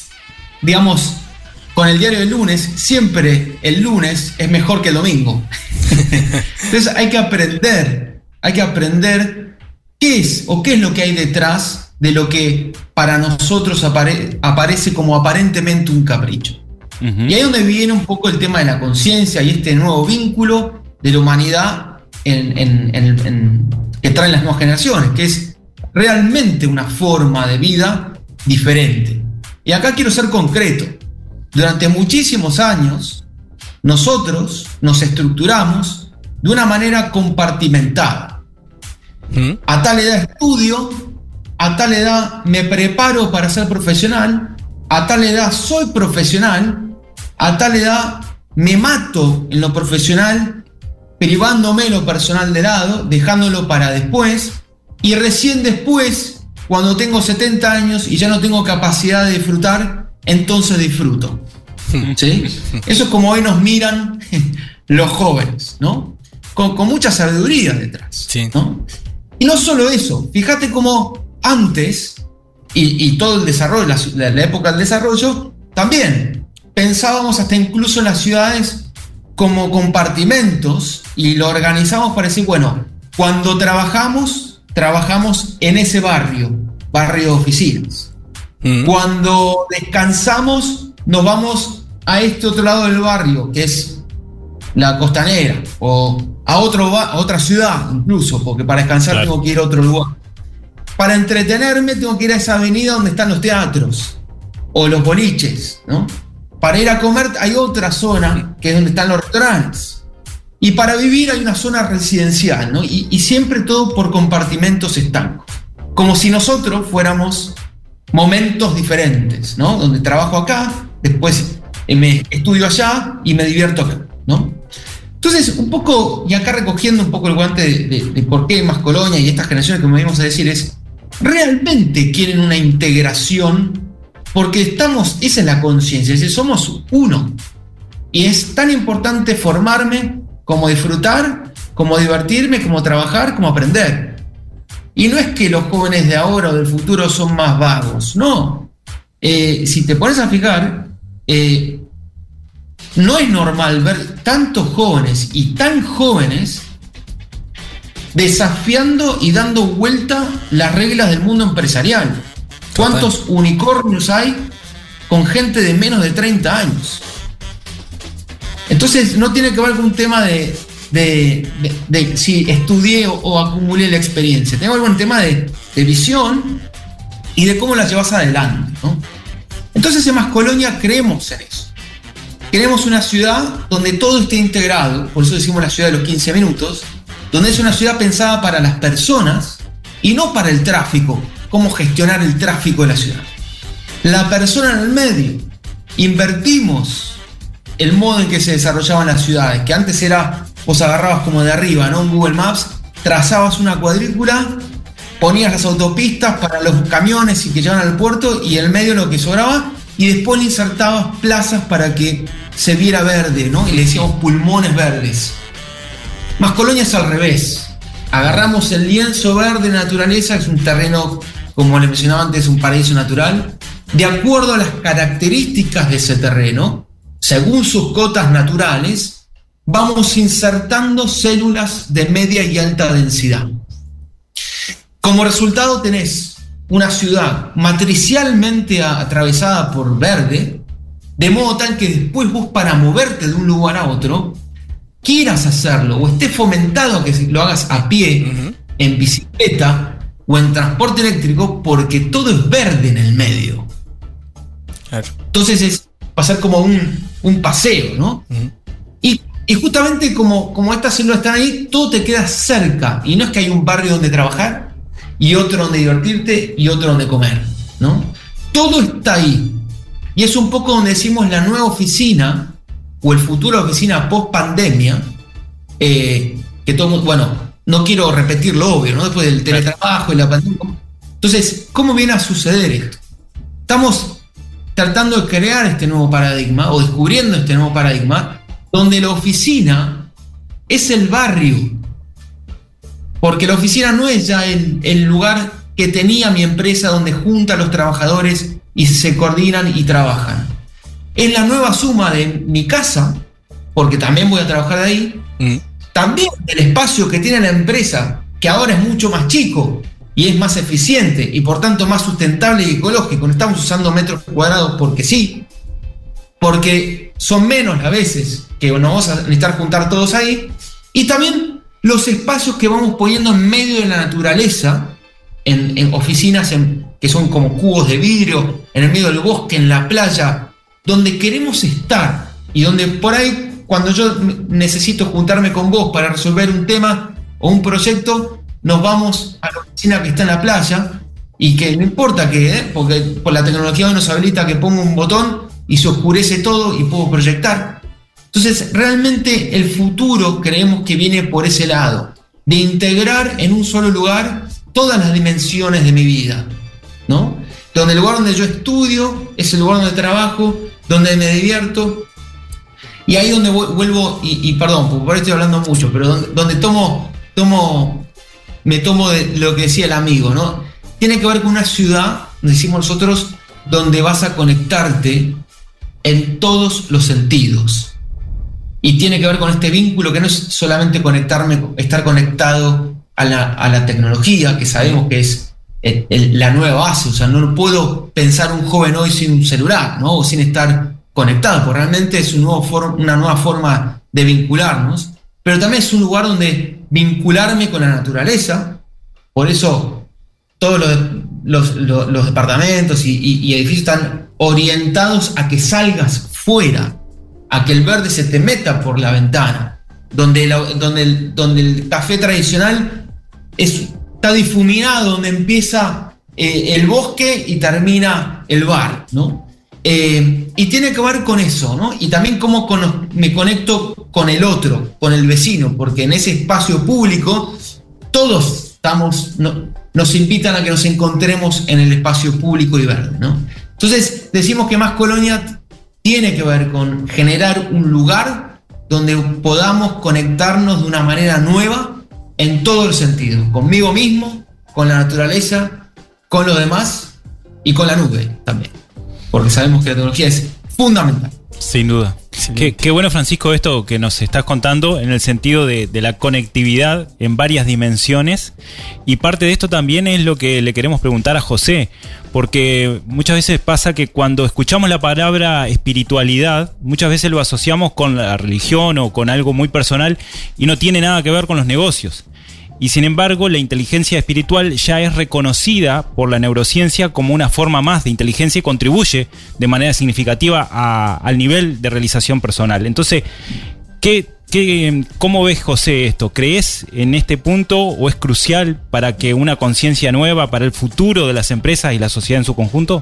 digamos, con el diario del lunes, siempre el lunes es mejor que el domingo. Entonces hay que aprender, hay que aprender qué es o qué es lo que hay detrás de lo que para nosotros apare- aparece como aparentemente un capricho. Uh-huh. Y ahí es donde viene un poco el tema de la conciencia y este nuevo vínculo de la humanidad en, en, en, en, que traen las nuevas generaciones, que es realmente una forma de vida diferente. Y acá quiero ser concreto. Durante muchísimos años, nosotros nos estructuramos de una manera compartimentada. ¿Mm? A tal edad estudio, a tal edad me preparo para ser profesional, a tal edad soy profesional, a tal edad me mato en lo profesional, privándome lo personal de lado, dejándolo para después, y recién después, cuando tengo setenta años y ya no tengo capacidad de disfrutar, entonces disfruto. ¿Sí? Eso es como hoy nos miran los jóvenes, ¿no? Con, con mucha sabiduría detrás, sí, ¿no? Y no solo eso, fíjate cómo antes, y, y todo el desarrollo, la, la, la época del desarrollo, también pensábamos hasta incluso en las ciudades como compartimentos y lo organizamos para decir, bueno, cuando trabajamos, trabajamos en ese barrio, barrio de oficinas. Mm. Cuando descansamos, nos vamos a este otro lado del barrio, que es la Costanera, o a, otro, a otra ciudad incluso, porque para descansar claro. tengo que ir a otro lugar. Para entretenerme tengo que ir a esa avenida donde están los teatros, o los boliches, ¿no? Para ir a comer hay otra zona, que es donde están los restaurantes. Y para vivir hay una zona residencial, ¿no? Y, y siempre todo por compartimentos estancos. Como si nosotros fuéramos momentos diferentes, ¿no? Donde trabajo acá, después me estudio allá y me divierto acá, ¿no? Entonces, un poco, y acá recogiendo un poco el guante de, de, de por qué Mascolonia y estas generaciones que me venimos a decir es, realmente quieren una integración, porque estamos, esa es la conciencia, es decir, somos uno. Y es tan importante formarme como disfrutar, como divertirme, como trabajar, como aprender. Y no es que los jóvenes de ahora o del futuro son más vagos, no. Eh, si te pones a fijar, eh, no es normal ver tantos jóvenes y tan jóvenes desafiando y dando vuelta las reglas del mundo empresarial. ¿Cuántos unicornios hay con gente de menos de treinta años? Entonces no tiene que ver con un tema de, de, de, de si estudié o, o acumulé la experiencia. Tengo algún tema de, de visión y de cómo la llevas adelante, ¿no? Entonces en Mascolonia creemos en eso. Queremos una ciudad donde todo esté integrado, por eso decimos la ciudad de los quince minutos, donde es una ciudad pensada para las personas y no para el tráfico. Cómo gestionar el tráfico de la ciudad. La persona en el medio. Invertimos el modo en que se desarrollaban las ciudades, que antes era, vos agarrabas como de arriba, ¿no? En Google Maps, trazabas una cuadrícula, ponías las autopistas para los camiones y que llevan al puerto, y en el medio lo que sobraba, y después le insertabas plazas para que se viera verde, ¿no? Y le decíamos pulmones verdes. Mascolonia es al revés. Agarramos el lienzo verde de naturaleza, que es un terreno, como les mencionaba antes, un paraíso natural, de acuerdo a las características de ese terreno, según sus cotas naturales, vamos insertando células de media y alta densidad. Como resultado tenés una ciudad matricialmente atravesada por verde, de modo tal que después vos, para moverte de un lugar a otro, quieras hacerlo o esté fomentado que lo hagas a pie, uh-huh, en bicicleta o en transporte eléctrico, porque todo es verde en el medio. Claro. Entonces es pasar como un, un paseo, ¿no? Uh-huh. Y, y justamente como, como estas células están ahí, todo te queda cerca. Y no es que hay un barrio donde trabajar, y otro donde divertirte y otro donde comer, ¿no? Todo está ahí. Y es un poco donde decimos la nueva oficina o el futuro de oficina post pandemia, eh, que todo, bueno, no quiero repetir lo obvio, ¿no? Después del teletrabajo y la pandemia. Entonces, ¿cómo viene a suceder esto? Estamos tratando de crear este nuevo paradigma o descubriendo este nuevo paradigma donde la oficina es el barrio, porque la oficina no es ya el, el lugar que tenía mi empresa donde junta a los trabajadores y se coordinan y trabajan. Es la nueva suma de mi casa, porque también voy a trabajar de ahí, mm. también del espacio que tiene la empresa, que ahora es mucho más chico y es más eficiente y por tanto más sustentable y ecológico. No estamos usando metros cuadrados porque sí, porque son menos las veces que nos vamos a necesitar juntar todos ahí, y también los espacios que vamos poniendo en medio de la naturaleza, en, en oficinas en, que son como cubos de vidrio, en el medio del bosque, en la playa, donde queremos estar y donde por ahí cuando yo necesito juntarme con vos para resolver un tema o un proyecto, nos vamos a la oficina que está en la playa y que no importa qué, ¿eh? Porque por la tecnología hoy nos habilita que pongo un botón y se oscurece todo y puedo proyectar. Entonces, realmente el futuro creemos que viene por ese lado, de integrar en un solo lugar todas las dimensiones de mi vida, ¿no? Donde el lugar donde yo estudio es el lugar donde trabajo, donde me divierto, y ahí donde vuelvo, y, y perdón, porque por ahí estoy hablando mucho, pero donde, donde tomo, tomo, me tomo de lo que decía el amigo, ¿no? Tiene que ver con una ciudad, decimos nosotros, donde vas a conectarte en todos los sentidos. Y tiene que ver con este vínculo que no es solamente conectarme, estar conectado a la, a la tecnología, que sabemos que es el, el, la nueva base. O sea, no puedo pensar un joven hoy sin un celular, ¿no? O sin estar conectado, porque realmente es un nuevo for, una nueva forma de vincularnos. Pero también es un lugar donde vincularme con la naturaleza. Por eso todos los, los, los, los departamentos y, y, y edificios están orientados a que salgas fuera, a que el verde se te meta por la ventana, donde, la, donde, el, donde el café tradicional es, está difuminado, donde empieza eh, el bosque y termina el bar, ¿no? Eh, y tiene que ver con eso, ¿no? Y también cómo con, me conecto con el otro, con el vecino, porque en ese espacio público todos estamos, no, nos invitan a que nos encontremos en el espacio público y verde, ¿no? Entonces decimos que Más Colonia tiene que ver con generar un lugar donde podamos conectarnos de una manera nueva en todo el sentido, conmigo mismo, con la naturaleza, con los demás y con la nube también, porque sabemos que la tecnología es fundamental. Sin duda. Qué, qué bueno, Francisco, esto que nos estás contando en el sentido de, de la conectividad en varias dimensiones, y parte de esto también es lo que le queremos preguntar a José, porque muchas veces pasa que cuando escuchamos la palabra espiritualidad, muchas veces lo asociamos con la religión o con algo muy personal y no tiene nada que ver con los negocios. Y sin embargo, la inteligencia espiritual ya es reconocida por la neurociencia como una forma más de inteligencia y contribuye de manera significativa a, al nivel de realización personal. Entonces, ¿qué, qué, ¿cómo ves, José, esto? ¿Crees en este punto o es crucial para que una conciencia nueva, para el futuro de las empresas y la sociedad en su conjunto?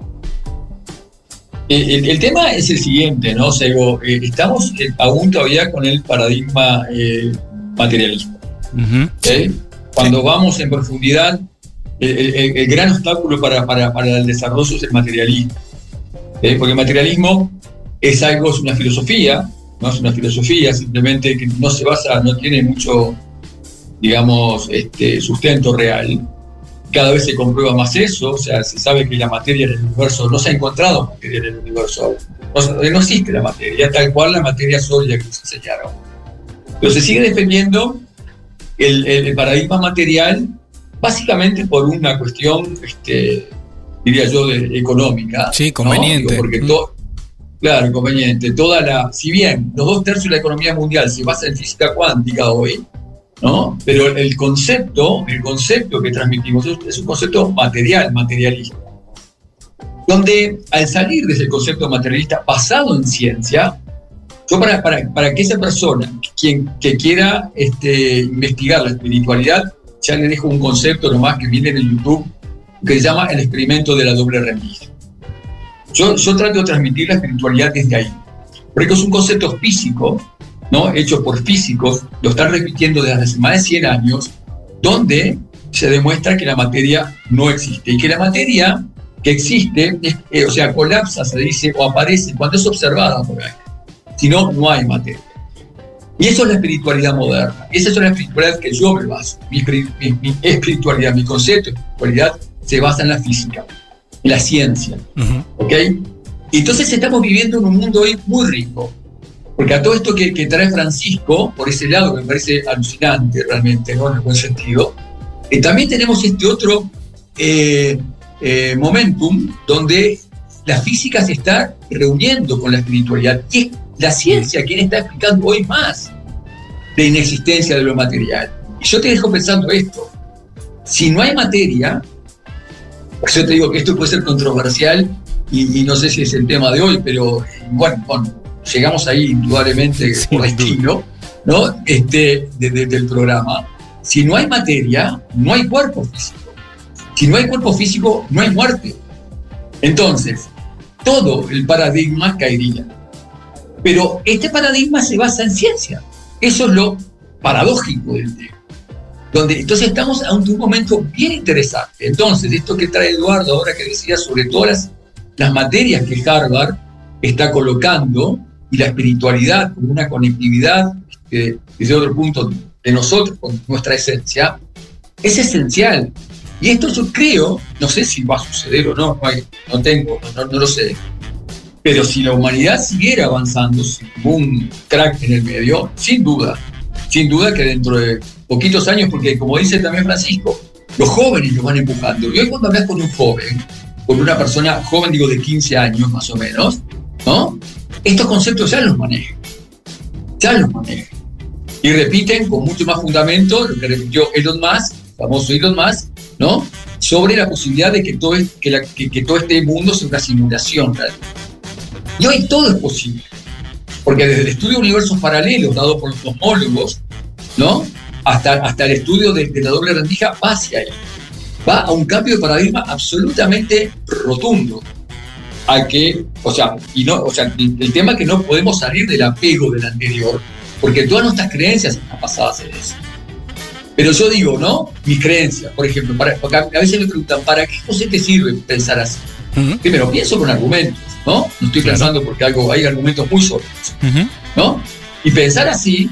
El, el, el tema es el siguiente, ¿no, Sego? Eh, estamos aún todavía con el paradigma eh, materialista. Uh-huh. ¿Okay? Cuando sí. vamos en profundidad, el, el, el gran obstáculo para, para, para el desarrollo es el materialismo. ¿Okay? Porque el materialismo es algo, es una filosofía, no es una filosofía simplemente que no se basa, no tiene mucho, digamos, este, sustento real. Cada vez se comprueba más eso, o sea, se sabe que la materia en el universo, no se ha encontrado materia en el universo, no, no existe la materia, tal cual la materia sólida que nos enseñaron. Pero se sigue defendiendo El, el, el paradigma material, básicamente por una cuestión, este, diría yo, de, económica. Sí, conveniente. ¿no? Porque to, claro, conveniente. Toda la, si bien los dos tercios de la economía mundial se basa en física cuántica hoy, ¿no? Pero el concepto, el concepto que transmitimos es, es un concepto material, materialista. Donde al salir de ese concepto materialista basado en ciencia, yo para, para, para que esa persona, quien que quiera este, investigar la espiritualidad, ya le dejo un concepto nomás que viene en YouTube, que se llama el experimento de la doble rendija. Yo, yo trato de transmitir la espiritualidad desde ahí, porque es un concepto físico, ¿no? Hecho por físicos, lo están repitiendo desde hace más de cien años, donde se demuestra que la materia no existe, y que la materia que existe, es, eh, o sea, colapsa, se dice, o aparece cuando es observada por alguien. Si no, no hay materia. Y eso es la espiritualidad moderna. Esa es la espiritualidad que yo me baso. Mi, mi, mi espiritualidad, mi concepto de espiritualidad se basa en la física, en la ciencia. Uh-huh. ¿Ok? Y entonces estamos viviendo en un mundo hoy muy rico. Porque a todo esto que, que trae Francisco, por ese lado, me parece alucinante realmente, ¿no? En el buen sentido. Eh, también tenemos este otro eh, eh, momentum donde la física se está reuniendo con la espiritualidad. Y es la ciencia quien está explicando hoy más de inexistencia de lo material. Y yo te dejo pensando esto. Si no hay materia, yo te digo que esto puede ser controversial y, y no sé si es el tema de hoy, pero bueno, bueno llegamos ahí indudablemente sí, por destino, ¿no? Este, de, de, del programa. Si no hay materia, no hay cuerpo físico. Si no hay cuerpo físico, no hay muerte. Entonces, todo el paradigma caería. Pero este paradigma se basa en ciencia. Eso es lo paradójico del tema. Donde, entonces estamos ante un momento bien interesante. Entonces, esto que trae Eduardo ahora que decía sobre todas las, las materias que Harvard está colocando y la espiritualidad como una conectividad eh, desde otro punto de nosotros, con nuestra esencia, es esencial. Y esto yo creo, no sé si va a suceder o no, no, hay, no tengo, no, no lo sé. Pero si la humanidad siguiera avanzando sin un crack en el medio, sin duda, sin duda que dentro de poquitos años, porque como dice también Francisco, los jóvenes los van empujando. Y hoy cuando hablas con un joven, con una persona joven, digo de quince años más o menos, ¿no? Estos conceptos ya los manejan, ya los manejan. Y repiten con mucho más fundamento lo que repitió Elon Musk, famoso Elon Musk, ¿no? Sobre la posibilidad de que todo, es, que, la, que, que todo este mundo sea una simulación realmente. Y hoy todo es posible, porque desde el estudio de universos paralelos dado por los cosmólogos, ¿no? hasta, hasta el estudio de, de la doble rendija va hacia ahí, va a un cambio de paradigma absolutamente rotundo, a que, o sea, y no, o sea el, el tema es que no podemos salir del apego del anterior, porque todas nuestras creencias están basadas en eso. Pero yo digo, ¿no? Mis creencias, por ejemplo, para, porque a veces me preguntan, ¿para qué José te sirve pensar así? Uh-huh. Primero, pienso con argumentos, ¿no? No estoy claro. pensando porque algo, hay argumentos muy sólidos, uh-huh. ¿no? Y pensar así,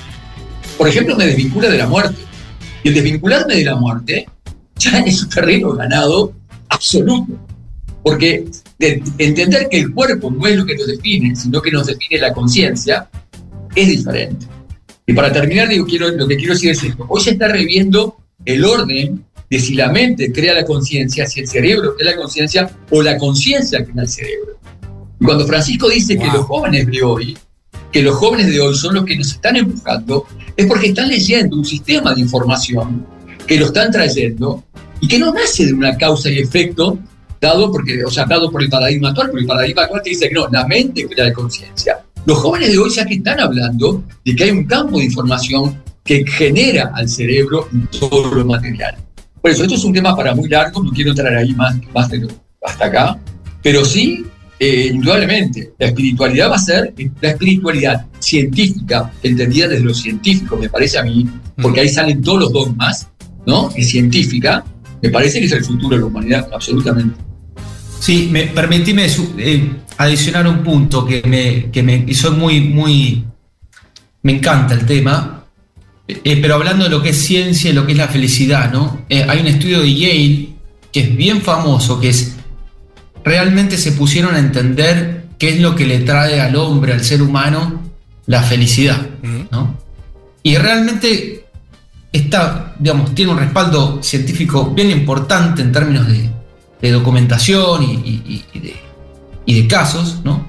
por ejemplo, me desvincula de la muerte. Y el desvincularme de la muerte ya es un terreno ganado absoluto. Porque de entender que el cuerpo no es lo que nos define, sino que nos define la conciencia, es diferente. Y para terminar, digo, quiero, lo que quiero decir es esto. Hoy se está reviendo el orden de si la mente crea la conciencia, si el cerebro crea la conciencia o la conciencia crea el cerebro. Y cuando Francisco dice wow. que los jóvenes de hoy, que los jóvenes de hoy son los que nos están empujando, es porque están leyendo un sistema de información que lo están trayendo y que no nace de una causa y efecto dado, porque, o sea, dado por el paradigma actual, porque el paradigma actual te dice que no, la mente crea la conciencia. Los jóvenes de hoy ya que están hablando de que hay un campo de información que genera al cerebro todo lo material. Por eso, esto es un tema para muy largo, no quiero entrar ahí más, más de lo, hasta acá, pero sí, eh, indudablemente, la espiritualidad va a ser la espiritualidad científica, entendida desde lo científico, me parece a mí, porque ahí salen todos los dogmas, ¿no? Es científica, me parece que es el futuro de la humanidad, absolutamente. Sí, me, permitime eh, adicionar un punto que me, que me hizo muy, muy, me encanta el tema, eh, pero hablando de lo que es ciencia y lo que es la felicidad, ¿no? Eh, hay un estudio de Yale que es bien famoso, que es, realmente se pusieron a entender qué es lo que le trae al hombre, al ser humano, la felicidad, ¿no? Y realmente está, digamos, tiene un respaldo científico bien importante en términos de de documentación y, y, y, de, y de casos, ¿no?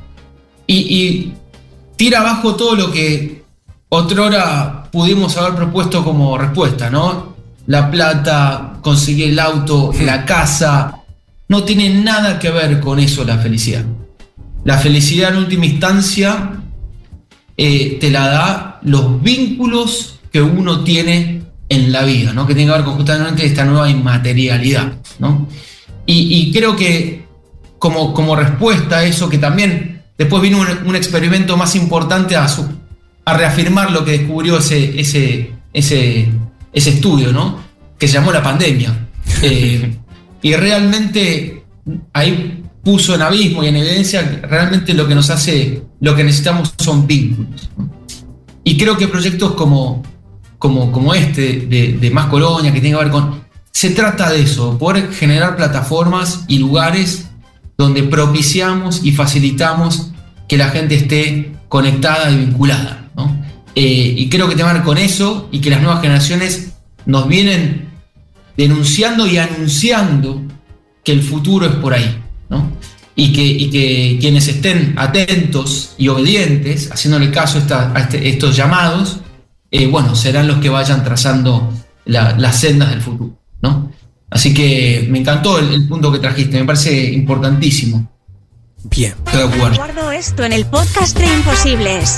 Y, y tira abajo todo lo que otrora pudimos haber propuesto como respuesta, ¿no? La plata, conseguir el auto, la casa, no tiene nada que ver con eso la felicidad. La felicidad en última instancia eh, te la da los vínculos que uno tiene en la vida, ¿no? Que tiene que ver con justamente esta nueva inmaterialidad, ¿no? Y, y creo que como, como respuesta a eso, que también después vino un, un experimento más importante a, su, a reafirmar lo que descubrió ese, ese, ese, ese estudio, ¿no? Que se llamó la pandemia. Eh, y realmente ahí puso en abismo y en evidencia que realmente lo que nos hace, lo que necesitamos son vínculos, ¿no? Y creo que proyectos como, como, como este de, de Más Colonia, que tiene que ver con... Se trata de eso, poder generar plataformas y lugares donde propiciamos y facilitamos que la gente esté conectada y vinculada, ¿no? Eh, y creo que tiene que ver con eso y que las nuevas generaciones nos vienen denunciando y anunciando que el futuro es por ahí, ¿no? Y que, y que quienes estén atentos y obedientes, haciéndole caso a, esta, a este, estos llamados, eh, bueno, serán los que vayan trazando la, las sendas del futuro, ¿no? Así que me encantó el, el punto que trajiste, me parece importantísimo. Bien. Estoy de acuerdo. Guardo esto en el podcast de Imposibles.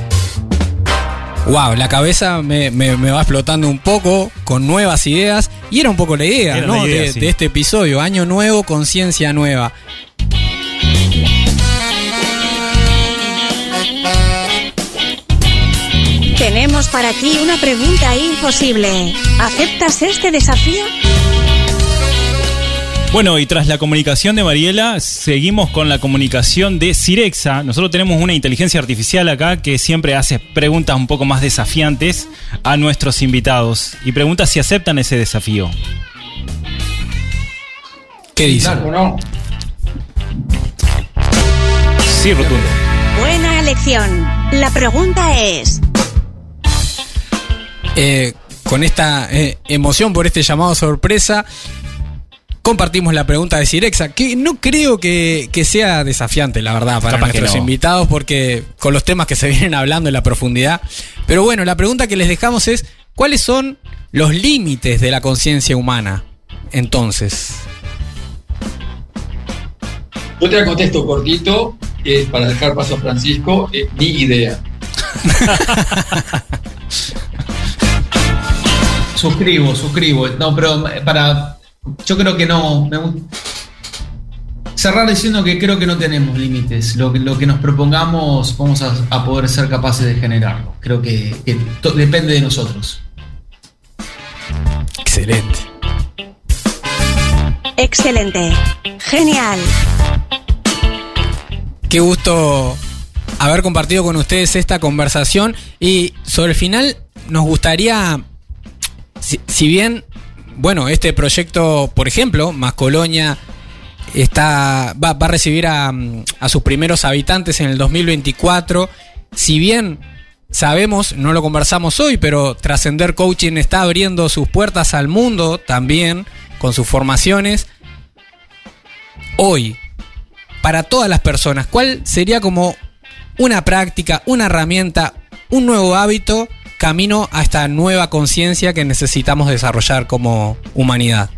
Wow, la cabeza me, me, me va explotando un poco con nuevas ideas. Y era un poco la idea, Era ¿no? la idea, de, sí. de este episodio. Año nuevo, conciencia nueva. Tenemos para ti una pregunta imposible. ¿Aceptas este desafío? Bueno, y tras la comunicación de Mariela, seguimos con la comunicación de Cirexa. Nosotros tenemos una inteligencia artificial acá que siempre hace preguntas un poco más desafiantes a nuestros invitados y pregunta si aceptan ese desafío. ¿Qué dicen? Claro, ¿no? Sí, rotundo. Buena elección. La pregunta es... Eh, con esta eh, emoción por este llamado sorpresa, compartimos la pregunta de Cirexa, que no creo que, que sea desafiante, la verdad, para Capaz que nuestros no. invitados, porque con los temas que se vienen hablando en la profundidad. Pero bueno, la pregunta que les dejamos es, ¿cuáles son los límites de la conciencia humana? Entonces, Yo te la contesto cortito, que es para dejar paso a Francisco, es mi idea. Suscribo, suscribo. No, pero para... Yo creo que no... Me, gu- cerrar diciendo que creo que no tenemos límites. Lo, que- lo que nos propongamos vamos a, a poder ser capaces de generarlo. Creo que, que to- depende de nosotros. excelente. Excelente. Genial. Qué gusto haber compartido con ustedes esta conversación. Y sobre el final nos gustaría, si, si bien, bueno, este proyecto, por ejemplo, Más Colonia, está, va, va a recibir a, a sus primeros habitantes en el dos mil veinticuatro. Si bien sabemos, no lo conversamos hoy, pero Trascender Coaching está abriendo sus puertas al mundo también con sus formaciones. Hoy, para todas las personas, ¿cuál sería como una práctica, una herramienta, un nuevo hábito camino a esta nueva conciencia que necesitamos desarrollar como humanidad?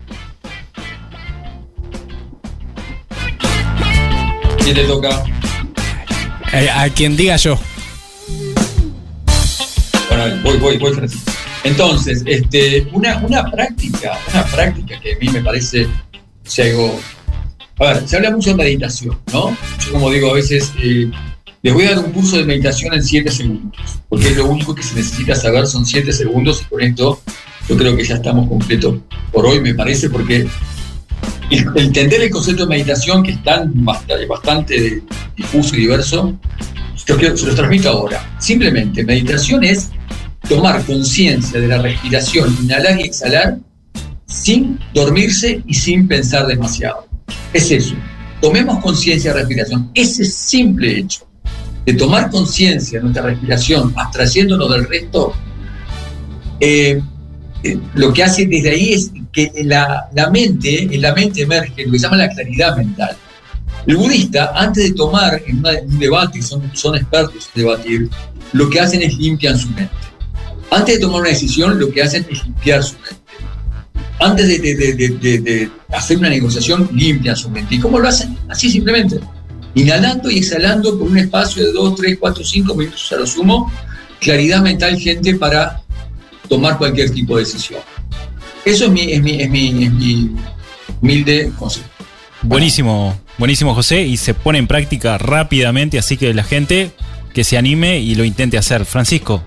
¿Quién le toca? Eh, a quien diga yo. Bueno, voy, voy, voy, Francisco. Entonces, este, una, una práctica, una práctica que a mí me parece, si algo... A ver, se habla mucho de meditación, ¿no? Yo como digo a veces, eh, les voy a dar un curso de meditación en siete segundos, porque es lo único que se necesita saber, son siete segundos, y con esto yo creo que ya estamos completos por hoy, me parece, porque el, entender el concepto de meditación, que es tan bastante, bastante difuso y diverso, yo creo, se los transmito ahora. Simplemente, meditación es tomar conciencia de la respiración, inhalar y exhalar, sin dormirse y sin pensar demasiado. Es eso. Tomemos conciencia de la respiración. Ese simple hecho de tomar conciencia de nuestra respiración, abstrayéndonos del resto, eh, eh, lo que hace desde ahí es que la, la mente, en la mente emerge lo que se llama la claridad mental. El budista, antes de tomar en, una, en un debate, son, son expertos en debatir, lo que hacen es limpian su mente. Antes de tomar una decisión, lo que hacen es limpiar su mente. Antes de, de, de, de, de, de hacer una negociación, limpian su mente. ¿Y cómo lo hacen? Así simplemente. Inhalando y exhalando por un espacio de dos, tres, cuatro, cinco minutos a lo sumo. Claridad mental, gente, para tomar cualquier tipo de decisión. Eso es mi, es mi, es mi, es mi humilde consejo. Buenísimo, buenísimo, José, y se pone en práctica rápidamente, así que la gente que se anime y lo intente hacer. Francisco.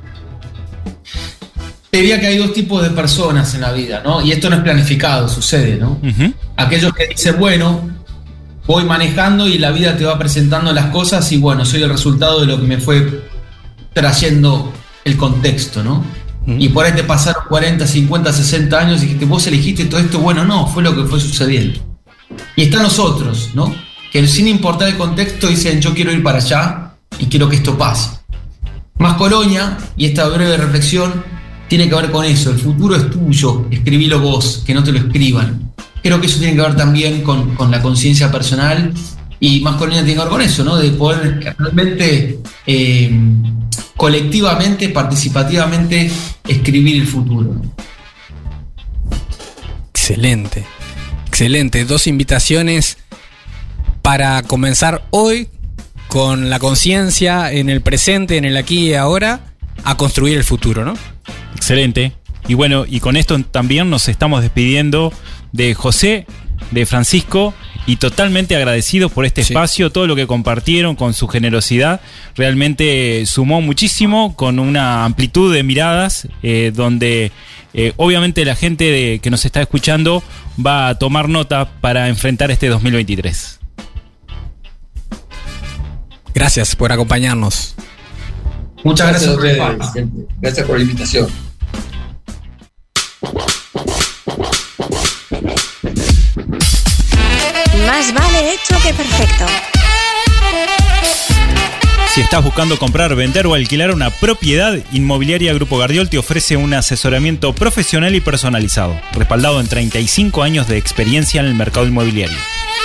Te diría que hay dos tipos de personas en la vida, ¿no? Y esto no es planificado, sucede, ¿no? Uh-huh. Aquellos que dicen, bueno, voy manejando y la vida te va presentando las cosas y bueno, soy el resultado de lo que me fue trayendo el contexto, ¿no? Uh-huh. Y por ahí te pasaron cuarenta, cincuenta, sesenta años y dijiste, vos elegiste todo esto, bueno, no, fue lo que fue sucediendo. Y están los otros, ¿no? Que sin importar el contexto dicen, yo quiero ir para allá y quiero que esto pase. Más Colonia, y esta breve reflexión tiene que ver con eso. El futuro es tuyo, escribilo vos, que no te lo escriban. Creo que eso tiene que ver también con, con la conciencia personal, y Más Colonia tiene que ver con eso, ¿no? De poder realmente, eh, colectivamente, participativamente, escribir el futuro, ¿no? Excelente, excelente. Dos invitaciones para comenzar hoy con la conciencia en el presente, en el aquí y ahora, a construir el futuro, ¿no? Excelente. Y bueno, y con esto también nos estamos despidiendo de José, de Francisco, y totalmente agradecidos por este sí. espacio, todo lo que compartieron con su generosidad, realmente sumó muchísimo, con una amplitud de miradas, eh, donde eh, obviamente la gente de, que nos está escuchando va a tomar nota para enfrentar este dos mil veintitrés. Gracias por acompañarnos. Muchas gracias, gracias a ustedes, gracias por la invitación. Más vale hecho que perfecto. Si estás buscando comprar, vender o alquilar una propiedad, Inmobiliaria Grupo Gardiol te ofrece un asesoramiento profesional y personalizado, respaldado en treinta y cinco años de experiencia en el mercado inmobiliario.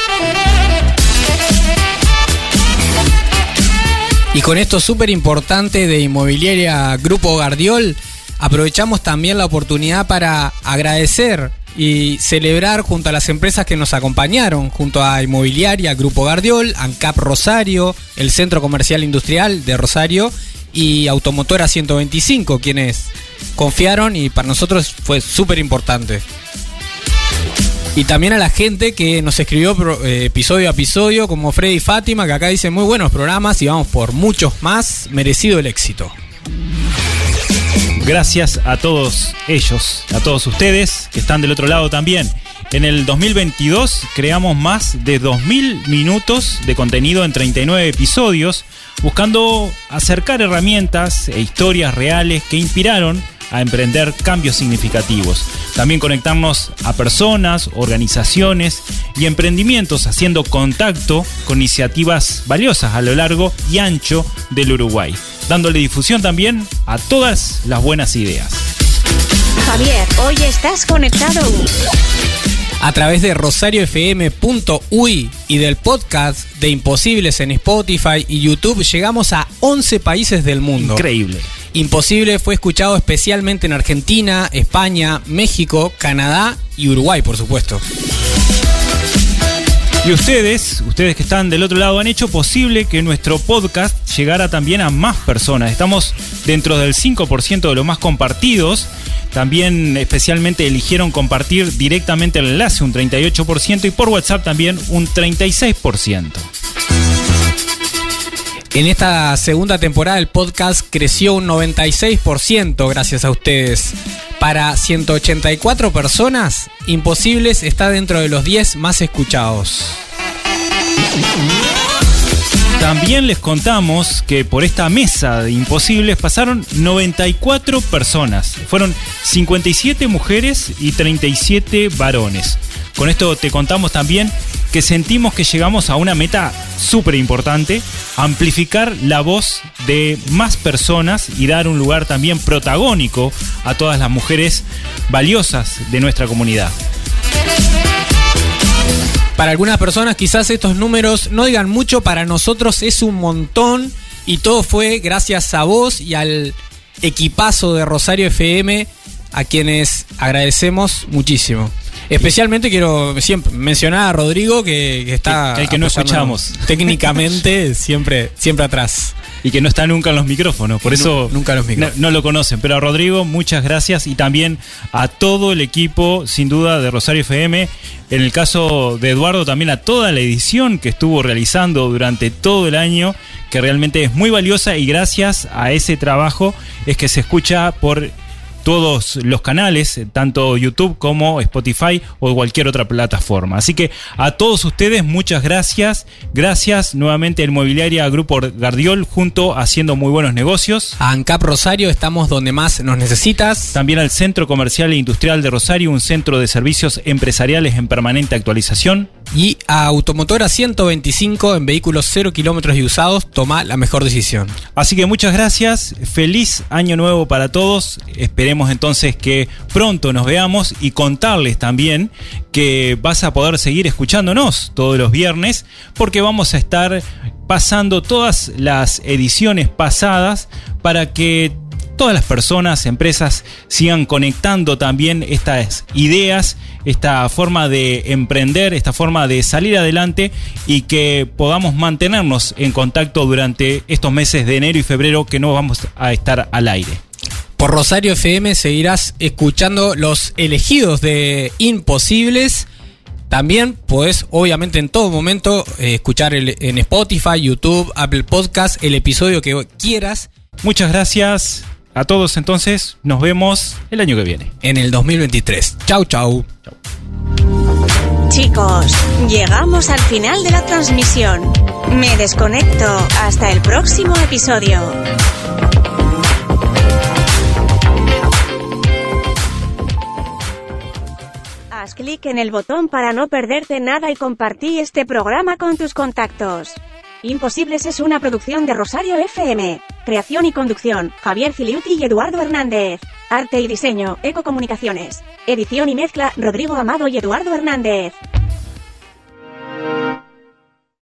Y con esto súper importante de Inmobiliaria Grupo Gardiol, aprovechamos también la oportunidad para agradecer y celebrar junto a las empresas que nos acompañaron, junto a Inmobiliaria Grupo Gardiol, ANCAP Rosario, el Centro Comercial Industrial de Rosario y Automotora ciento veinticinco, quienes confiaron y para nosotros fue súper importante. Y también a la gente que nos escribió eh, episodio a episodio, como Freddy y Fátima, que acá dicen muy buenos programas y vamos por muchos más, merecido el éxito. Gracias a todos ellos, a todos ustedes que están del otro lado también. En el dos mil veintidós creamos más de dos mil minutos de contenido en treinta y nueve episodios, buscando acercar herramientas e historias reales que inspiraron a emprender cambios significativos. También conectarnos a personas, organizaciones y emprendimientos, haciendo contacto con iniciativas valiosas a lo largo y ancho del Uruguay, dándole difusión también a todas las buenas ideas. Javier, hoy estás conectado a través de rosario f m punto u y y del podcast de Imposibles en Spotify y YouTube. Llegamos a once países del mundo. Increíble. Imposible fue escuchado especialmente en Argentina, España, México, Canadá y Uruguay, por supuesto. Y ustedes, ustedes que están del otro lado, han hecho posible que nuestro podcast llegara también a más personas. Estamos dentro del cinco por ciento de los más compartidos. También especialmente eligieron compartir directamente el enlace, un treinta y ocho por ciento, y por WhatsApp también un treinta y seis por ciento. En esta segunda temporada el podcast creció un noventa y seis por ciento gracias a ustedes. Para ciento ochenta y cuatro personas, Imposibles está dentro de los diez más escuchados. También les contamos que por esta mesa de Imposibles pasaron noventa y cuatro personas. Fueron cincuenta y siete mujeres y treinta y siete varones. Con esto te contamos también que sentimos que llegamos a una meta súper importante: amplificar la voz de más personas y dar un lugar también protagónico a todas las mujeres valiosas de nuestra comunidad. Para algunas personas quizás estos números no digan mucho, para nosotros es un montón, y todo fue gracias a vos y al equipazo de Rosario F M, a quienes agradecemos muchísimo. Especialmente quiero siempre mencionar a Rodrigo, que, que está... Que, el que no escuchamos. Técnicamente, siempre, siempre atrás. Y que no está nunca en los micrófonos, por eso nunca los micrófonos. No, no lo conocen. Pero a Rodrigo, muchas gracias, y también a todo el equipo, sin duda, de Rosario F M. En el caso de Eduardo, también a toda la edición que estuvo realizando durante todo el año, que realmente es muy valiosa, y gracias a ese trabajo es que se escucha por todos los canales, tanto YouTube como Spotify o cualquier otra plataforma. Así que a todos ustedes, muchas gracias. Gracias nuevamente a Inmobiliaria Grupo Gardiol, junto a Haciendo Muy Buenos Negocios. A ANCAP Rosario, estamos donde más nos necesitas. También al Centro Comercial e Industrial de Rosario, un centro de servicios empresariales en permanente actualización. Y a Automotora ciento veinticinco, en vehículos cero kilómetros y usados, toma la mejor decisión. Así que muchas gracias, feliz año nuevo para todos. Esperemos entonces que pronto nos veamos, y contarles también que vas a poder seguir escuchándonos todos los viernes, porque vamos a estar pasando todas las ediciones pasadas para que todas las personas, empresas, sigan conectando también estas ideas, esta forma de emprender, esta forma de salir adelante, y que podamos mantenernos en contacto durante estos meses de enero y febrero que no vamos a estar al aire. Por Rosario F M seguirás escuchando los elegidos de Imposibles. También podés, obviamente, en todo momento eh, escuchar el, en Spotify, YouTube, Apple Podcast, el episodio que quieras. Muchas gracias a todos, entonces nos vemos el año que viene. En el dos mil veintitrés. Chau, chau. Chau. Chicos, llegamos al final de la transmisión. Me desconecto. Hasta el próximo episodio. Haz clic en el botón para no perderte nada y compartí este programa con tus contactos. Imposibles es una producción de Rosario F M. Creación y conducción, Javier Filiuti y Eduardo Hernández. Arte y diseño, Ecocomunicaciones. Edición y mezcla, Rodrigo Amado y Eduardo Hernández.